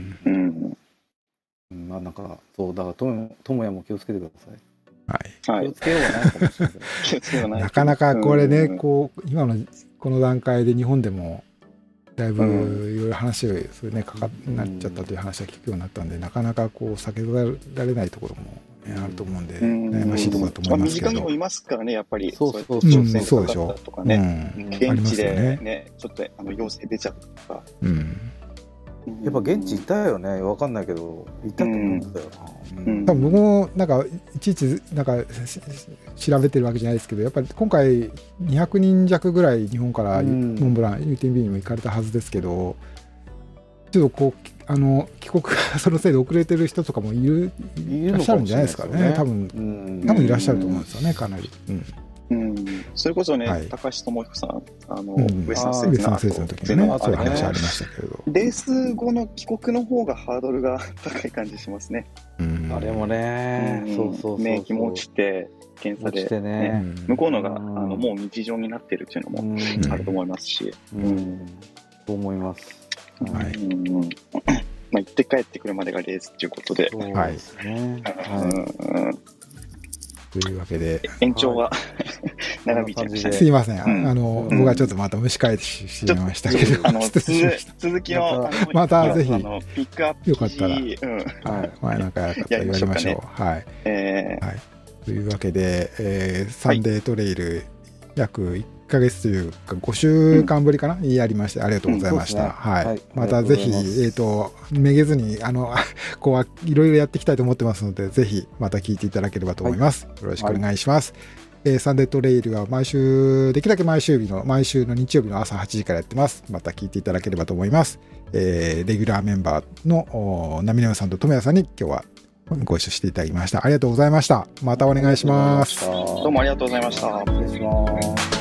なんかそうだから智也も気をつけてください。気をつけようがないかもしれない。 なかなかこれね、こう今のこの段階で日本でもだいぶいろいろ話がそれねなっちゃったという話は聞くようになったんで、なかなかこう避けられないところもあると思うんで悩ましいところだと思いますけど。 身近にもいますからね、やっぱりそうそうでしょとかね、現地でねちょっと陽性出ちゃったとか。 やっぱ現地いたよね、わかんないけどいたと思うんだよな。 多分僕もなんかいちいちなんか調べてるわけじゃないですけど、やっぱり今回200人弱ぐらい日本からモンブラン UTMB にも行かれたはずですけど、ちょっとこう帰国がそのせいで遅れてる人とかもいらっしゃるんじゃないですかね。多分いらっしゃると思うんですよね、かなり。 それこそね、高橋智彦さん、ウエスタンステーツの時にね、そういう話ありましたけれど、 レース後の帰国の方がハードルが高い感じしますね。 あれもね、 免疫も落ちて検査でね、向こうのがもう日常になってるっていうのもあると思いますし、 そう思います。 行って帰ってくるまでがレースということで、 はいですね。 というわけで延長は長引いちゃいましたね。 すいません、僕はちょっとまた蒸し返しましたけど、 続きのまたぜひピックアップよかったら前なんかやりましょう。はい。というわけでサンデートレイル約1ヶ月というか5週間ぶりかな、やりましてありがとうございました。はい。またぜひめげずにこういろいろやっていきたいと思ってますので、ぜひまた聞いていただければと思います。よろしくお願いします。サンデートレイルはできるだけ毎週の日曜日の朝8時からやってます。また聞いていただければと思います。レギュラーメンバーの浪野さんと智也さんに今日はご一緒していただきました。ありがとうございました。またお願いします。 どうもありがとうございました。 失礼します。